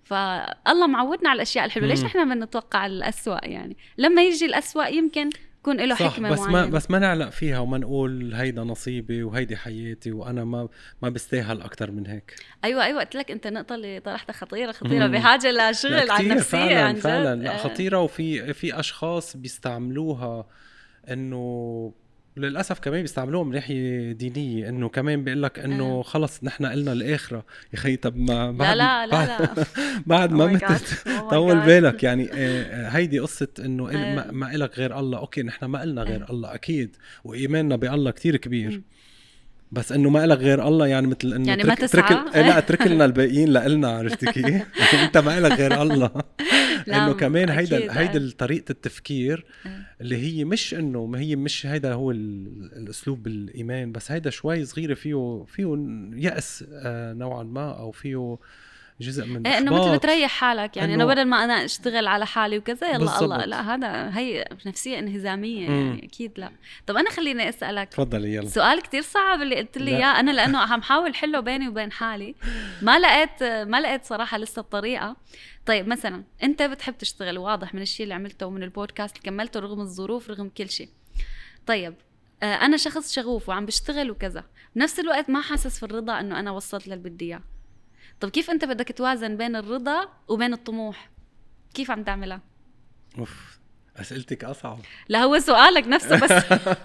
فالله معودنا على الاشياء الحلوه، ليش احنا بنتوقع الأسوأ؟ يعني لما يجي الأسوأ يمكن يكون له حكمه معينه. بس ما نعلق فيها وما نقول هيدا نصيبي وهيدي حياتي وانا ما بستاهل اكتر من هيك. ايوه قلت لك انت النقطه اللي طرحتها خطيره بحاجه لشغل على النفسيه عن جد. فعلا لا خطيره. وفي اشخاص بيستعملوها انه للأسف كمان بيستعملوها من ناحية دينية، إنه كمان بيقول لك إنه خلص نحن قلنا الآخرة يا خي. طب ما بعد لا بعد ما متت طول بالك يعني. هيدي قصة إنه ما إلك غير الله. أوكي نحن ما قلنا غير الله أكيد، وإيماننا بالله كتير كبير، بس إنه ما إلك غير الله يعني مثل إنه يعني ما تسعى. لا اترك لنا الباقيين لقلنا. عرفتي كيف؟ أنت ما إلك غير الله. إنه كمان هيدا طريقة التفكير اللي هي مش إنه ما هي مش هيدا هو الأسلوب بالإيمان، بس هيدا شوي صغيرة فيه يأس نوعا ما، أو فيه جزء من إنه مثل تريح حالك يعني. إنه بدل ما أنا أشتغل على حالي وكذا يلا بالزبط. الله لا، هي نفسية انهزامية يعني أكيد لا. طب أنا خليني أسألك، تفضلي يلا. سؤال كتير صعب اللي قلت لي إياه أنا، لأنه عم حاول حله بيني وبين حالي، ما لقيت صراحة لسه الطريقة. طيب مثلا أنت بتحب تشتغل، واضح من الشيء اللي عملته ومن البودكاست اللي كملته رغم الظروف رغم كل شيء. طيب أنا شخص شغوف وعم بشتغل وكذا، بنفس الوقت ما حاسس في الرضا إنه أنا وصلت للي بدي إياه. طب كيف أنت بدك توازن بين الرضا وبين الطموح؟ كيف عم تعملها؟ أسئلتك أصعب. لا هو سؤالك نفسه بس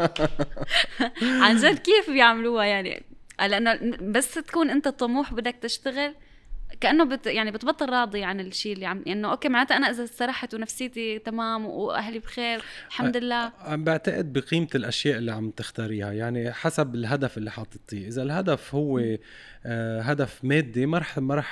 عن جد كيف بيعملوها يعني؟ لأنه بس تكون أنت الطموح بدك تشتغل كأنه يعني بتبطل راضي عن الشيء اللي عم، إنه أوكي معناته أنا إذا استرحت ونفسيتي تمام وأهلي بخير الحمد لله. بعتقد بقيمة الأشياء اللي عم تختاريها، يعني حسب الهدف اللي حاططيه. إذا الهدف هو هدف مادي ما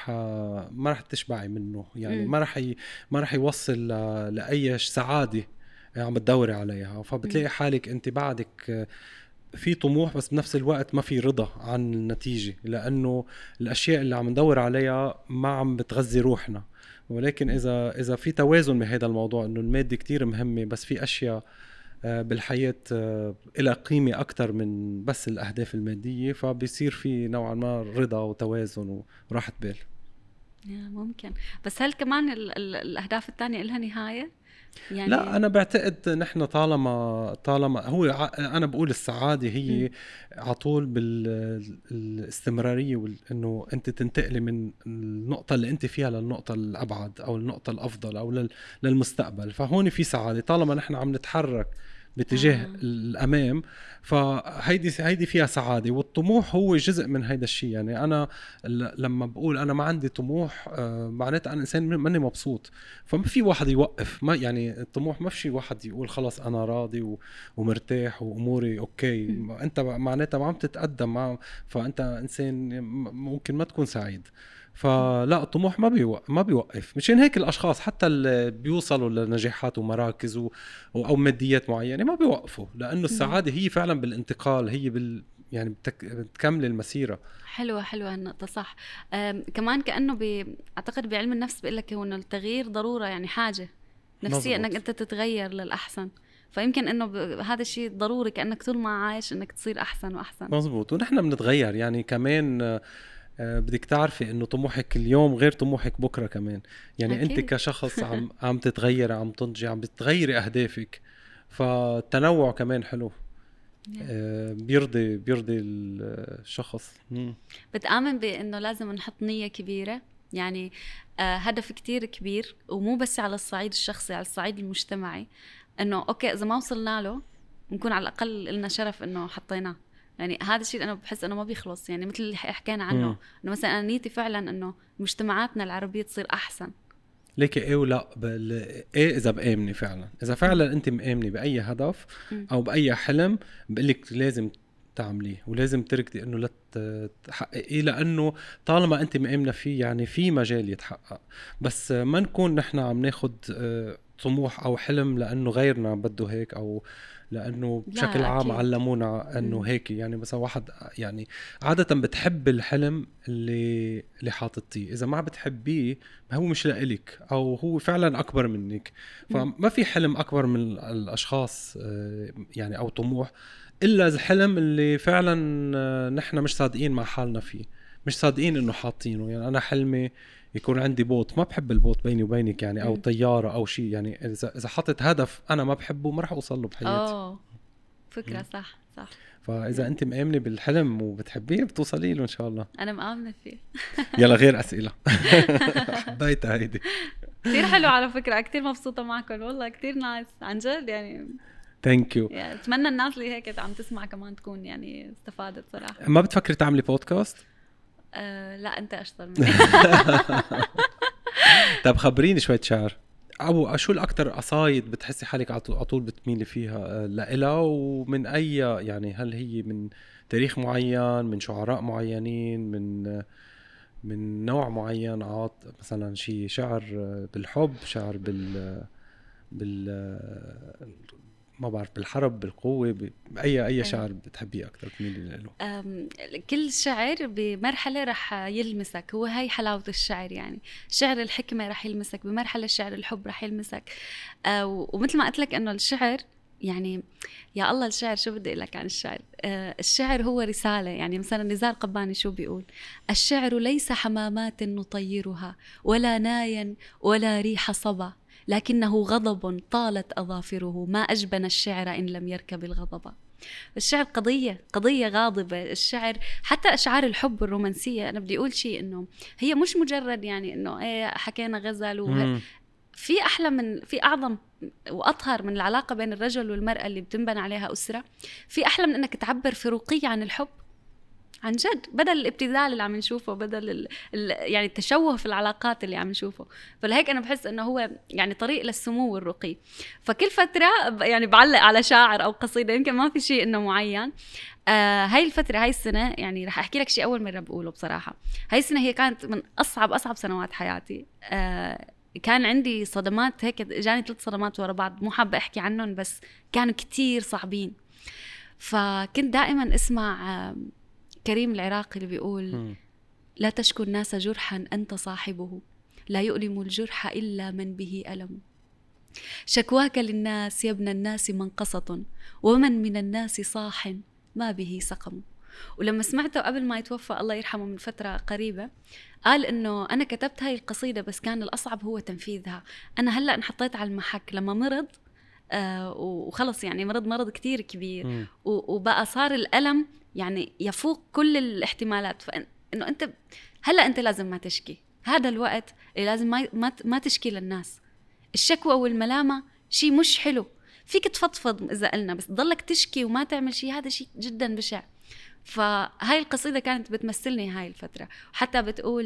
رح تشبعي منه يعني. ما رح يوصل لأي سعادة عم تدوري عليها. فبتلاقي حالك أنت بعدك في طموح بس بنفس الوقت ما في رضا عن النتيجة، لأنه الأشياء اللي عم ندور عليها ما عم بتغذي روحنا. ولكن إذا في توازن بهذا الموضوع، إنه المادة كتير مهمة بس في أشياء بالحياة إلى قيمة أكتر من بس الأهداف المادية، فبيصير في نوعا ما رضا وتوازن وراحة بال. ممكن. بس هل كمان الأهداف الثانية إلها نهاية؟ يعني لا أنا بعتقد نحن طالما هو أنا بقول السعادة هي عطول بالاستمرارية، إنه أنت تنتقلي من النقطة اللي أنت فيها للنقطة الأبعد أو النقطة الأفضل أو للمستقبل. فهون في سعادة طالما نحن عم نتحرك باتجاه الأمام، فهيدي فيها سعادة. والطموح هو جزء من هيدا الشيء. يعني أنا لما بقول أنا ما عندي طموح معناته أنا إنسان ماني مبسوط. فما في واحد يوقف، ما يعني الطموح ما في واحد يقول خلاص أنا راضي ومرتاح وأموري أوكي. أنت معناته ما عم تتقدم فأنت إنسان ممكن ما تكون سعيد. فلا الطموح ما بيوقف. مشان هيك الاشخاص حتى اللي بيوصلوا لنجاحات ومراكز او ماديات معينه ما بيوقفوا، لانه السعاده هي فعلا بالانتقال، هي يعني بتكمل المسيره. حلوه النقطه صح. كمان كانه اعتقد بعلم النفس بيقول لك انه التغيير ضروره، يعني حاجه نفسيه انك انت تتغير للاحسن. فيمكن انه هذا الشيء ضروري، كانك طول ما عايش انك تصير احسن واحسن. مزبوط. ونحن بنتغير يعني كمان. بدك تعرفي انه طموحك اليوم غير طموحك بكره كمان. يعني أكيد. انت كشخص عم تتغير، عم تنضجي، عم بتغيري اهدافك. فالتنوع كمان حلو. بيرضي الشخص. بتآمن بانه لازم نحط نية كبيرة، يعني هدف كتير كبير، ومو بس على الصعيد الشخصي، على الصعيد المجتمعي، انه اوكي اذا ما وصلنا له نكون على الاقل لنا شرف انه حطيناه. يعني هذا الشيء أنا بحس أنه ما بيخلص، يعني مثل اللي حكينا عنه أنه مثلا أنا نيتي فعلا أنه مجتمعاتنا العربية تصير أحسن. ليك إيه ولا إيه إذا بآمني فعلا، إذا فعلا أنت مآمني بأي هدف أو بأي حلم بقلك لازم تعمليه ولازم تركضي أنه لا تحققيه، لأنه طالما أنت مآمنة فيه يعني في مجال يتحقق. بس ما نكون نحن عم ناخد طموح أو حلم لأنه غيرنا بده هيك، أو لأنه بشكل عام علمونا أنه هيك. يعني مثلا واحد يعني عادة بتحب الحلم اللي حاططيه، إذا ما بتحبيه هو مش لإلك أو هو فعلا أكبر منك. فما في حلم أكبر من الأشخاص يعني أو طموح إلا الحلم اللي فعلا نحن مش صادقين مع حالنا فيه. مش صادقين انه حاطينه. يعني انا حلمي يكون عندي بوت، ما بحب البوت بيني وبينك يعني، او طياره او شيء يعني. اذا حطيت هدف انا ما بحبه ما راح اوصل له بحياتي. فكره صح. فاذا انت مآمنه بالحلم وبتحبيه بتوصلي له ان شاء الله. انا مآمنه فيه. يلا غير اسئله. حبيتها هيدي كتير حلو على فكره، كتير مبسوطه معكم والله، كتير نايس عن جد يعني. ثانك يو. اتمنى الناس اللي هيك عم تسمع كمان تكون يعني استفادت صراحه. ما بتفكري تعملي بودكاست؟ لا انت اشطر مني. طب خبريني شويه شعر، او شو الاكثر قصايد بتحسي حالك على طول بتميلي فيها لإلها، ومن اي يعني؟ هل هي من تاريخ معين، من شعراء معينين، من نوع معين؟ مثلا شي شعر بالحب، شعر بال ما بعرف، بالحرب، بالقوة، أي شعر بتحبيه أكتر تميلي له؟ كل شعر بمرحلة رح يلمسك، هو هاي حلاوة الشعر يعني. شعر الحكمة رح يلمسك بمرحلة، شعر الحب رح يلمسك. ومثل ما قلت لك إنه الشعر يعني، يا الله الشعر شو بدي أقول لك عن الشعر. الشعر هو رسالة يعني. مثلا نزار قباني شو بيقول؟ الشعر ليس حمامات نطيرها، ولا نايا، ولا ريح صبا، لكنه غضب طالت أظافره، ما أجبن الشعر إن لم يركب الغضب. الشعر قضية غاضبة. الشعر حتى أشعار الحب الرومانسية، أنا بدي أقول شيء إنه هي مش مجرد يعني إنه حكينا غزل في أحلى من، في أعظم وأطهر من العلاقة بين الرجل والمرأة اللي بتنبنى عليها أسرة. في أحلى من أنك تعبر في رقي عن الحب عن جد، بدل الابتذال اللي عم نشوفه، بدل يعني التشوه في العلاقات اللي عم نشوفه. فلهيك أنا بحس أنه هو يعني طريق للسمو والرقي. فكل فترة يعني بعلق على شاعر أو قصيدة، يمكن ما في شيء إنه معين. هاي الفترة، هاي السنة يعني رح أحكي لك شيء أول مرة بقوله بصراحة. هاي السنة هي كانت من أصعب سنوات حياتي. كان عندي صدمات هيك، جاني 3 صدمات ورا بعض، مو حابة أحكي عنهم بس كانوا كتير صعبين. فكنت دائما أسمع كريم العراقي اللي بيقول لا تشكو الناس جرحا أنت صاحبه، لا يؤلم الجرح إلا من به ألم. شكواك للناس يا ابن الناس منقصة، ومن من الناس صاح ما به سقم. ولما سمعته قبل ما يتوفى الله يرحمه من فترة قريبة، قال إنه أنا كتبت هاي القصيدة بس كان الأصعب هو تنفيذها. أنا هلأ انحطيت على المحك لما مرض، وخلص يعني مرض كتير كبير، وبقى صار الألم يعني يفوق كل الاحتمالات. فإنه أنت هلأ أنت لازم ما تشكي، هذا الوقت اللي لازم ما تشكي للناس. الشكوى والملامة شيء مش حلو، فيك تفضفض إذا قلنا، بس ضلك تشكي وما تعمل شيء، هذا شيء جدا بشع. فهاي القصيدة كانت بتمثلني هاي الفترة. حتى بتقول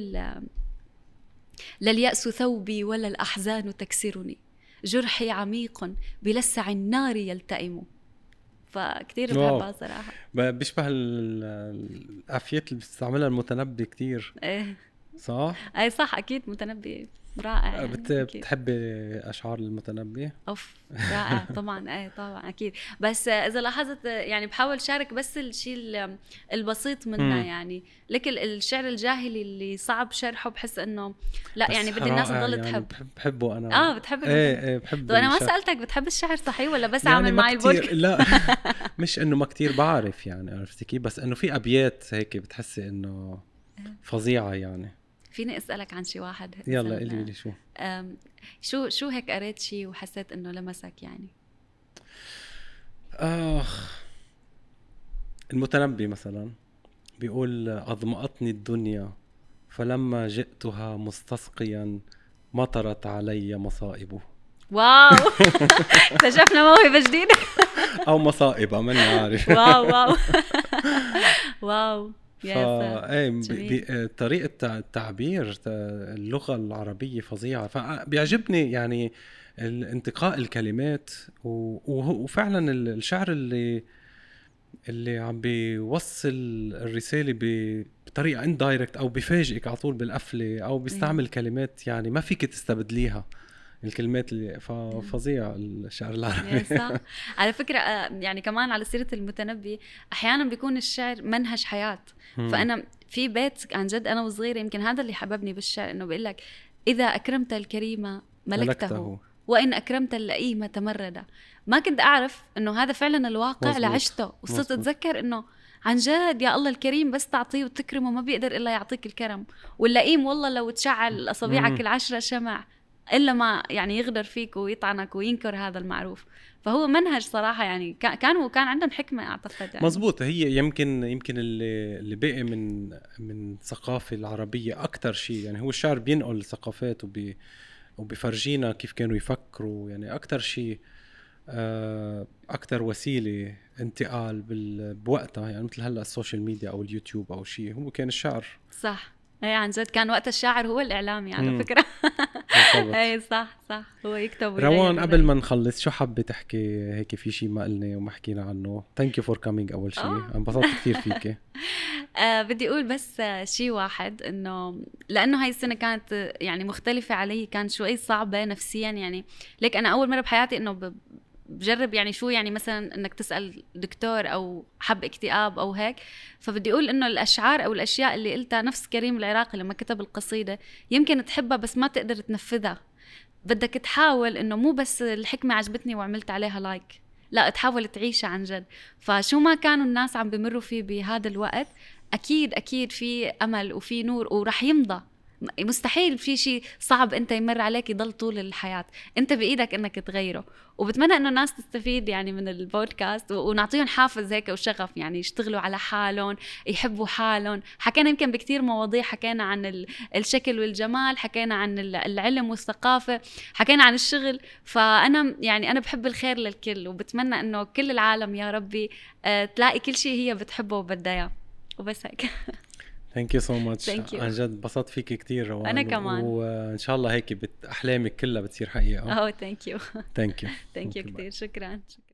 لا اليأس ثوبي ولا الأحزان تكسرني، جرحي عميق بلسع النار يلتئم. فكتير بحبها صراحة. بيشبه الأفيات اللي بتستعملها المتنبي كتير. ايه صح؟ اي صح، أكيد متنبي رائع يعني. بتحبي أشعار المتنبي؟ أوف رائع طبعا. ايه طبعا أكيد. بس إذا لاحظت يعني بحاول شارك بس الشيء البسيط منه يعني. لكن الشعر الجاهلي اللي صعب شرحه بحس إنه لا يعني بدي الناس تضل يعني تحب. بحبه أنا. بتحب ايه بحب. طيب أنا ما سألتك بتحب الشعر صحيح ولا بس يعني عامل معي البودكاست؟ لا مش إنه ما كتير بعرف يعني، عرفتي كيف؟ بس إنه في أبيات هيك بتحسي إنه فظيعة يعني. فيني أسألك عن شي واحد؟ يلا قولي لي شو هيك قريت شي وحسيت إنه لمسك يعني؟ المتنبي مثلا بيقول أضمأتني الدنيا فلما جئتها مستسقيا مطرت علي مصائبه. واو اكتشفنا موهبة جديدة. أو مصائبة ماني عارف. واو واو. طريقة التعبير، اللغة العربية فظيعة. فبيعجبني يعني الانتقاء الكلمات، وفعلا الشعر اللي عم بيوصل الرسالة بطريقة اندايركت، أو بيفاجئك على طول بالقفلة، أو بيستعمل كلمات يعني ما فيك تستبدليها الكلمات اللي فظيع الشعر العربي. صح. على فكرة يعني كمان على سيرة المتنبي، أحيانا بيكون الشعر منهج حياة. فأنا في بيت عن جد أنا وصغيرة، يمكن هذا اللي حببني بالشعر، إنه بيقول لك إذا أكرمت الكريم ملكته وإن أكرمت اللئيم تمرد. ما كنت أعرف إنه هذا فعلا الواقع لعشته، وصرت أتذكر إنه عن جد يا الله الكريم بس تعطيه وتكرمه ما بيقدر إلا يعطيك الكرم. واللئيم والله لو تشعل أصابعك 10 شمع إلا ما يعني يغدر فيك ويطعنك وينكر هذا المعروف. فهو منهج صراحة يعني كان عندهم حكمة أعتقد يعني. مزبوط. هي يمكن اللي بقي من ثقافة العربية أكتر شيء، يعني هو الشعر بينقل الثقافات وبيفرجينا كيف كانوا يفكروا، يعني أكتر شيء أكتر وسيلة انتقال بوقتها، يعني مثل هلأ السوشيال ميديا أو اليوتيوب أو شيء، هو كان الشعر. صح، هي عن جد كان وقت الشاعر هو الإعلامي على فكرة. اي صح هو يكتب ويغير. روان قبل ما نخلص شو حابة تحكي هيك؟ في شيء ما قلنا وما حكينا عنه؟ ثانك يو فور كامينج أول شيء، انبسطت كثير فيك. بدي أقول بس شيء واحد، إنه لأنه هاي السنة كانت يعني مختلفة علي، كانت شوي صعبة نفسيا يعني. ليك أنا أول مرة بحياتي إنه بجرب يعني شو يعني مثلا انك تسأل دكتور او حب اكتئاب او هيك. فبدي اقول انه الاشعار او الاشياء اللي قلتها نفس كريم العراقي لما كتب القصيدة، يمكن تحبها بس ما تقدر تنفذها. بدك تحاول انه مو بس الحكمة عجبتني وعملت عليها لايك، لا تحاول تعيشها عن جد. فشو ما كانوا الناس عم بمروا فيه بهذا الوقت، اكيد في امل وفي نور ورح يمضى. مستحيل في شيء صعب انت يمر عليك يضل طول الحياة، انت بايدك انك تغيره. وبتمنى انه الناس تستفيد يعني من البودكاست ونعطيهم حافز هيك وشغف، يعني يشتغلوا على حالهم، يحبوا حالهم. حكينا يمكن بكتير مواضيع، حكينا عن الشكل والجمال، حكينا عن العلم والثقافة، حكينا عن الشغل. فانا يعني انا بحب الخير للكل، وبتمنى انه كل العالم يا ربي تلاقي كل شيء هي بتحبه وبدها اياه، وبس هيك. Thank you so much. عن جد بسطت فيك كتير روان. أنا كمان. وإن شاء الله هيك أحلامك كلها بتصير حقيقة. thank you thank you كتير. شكرا.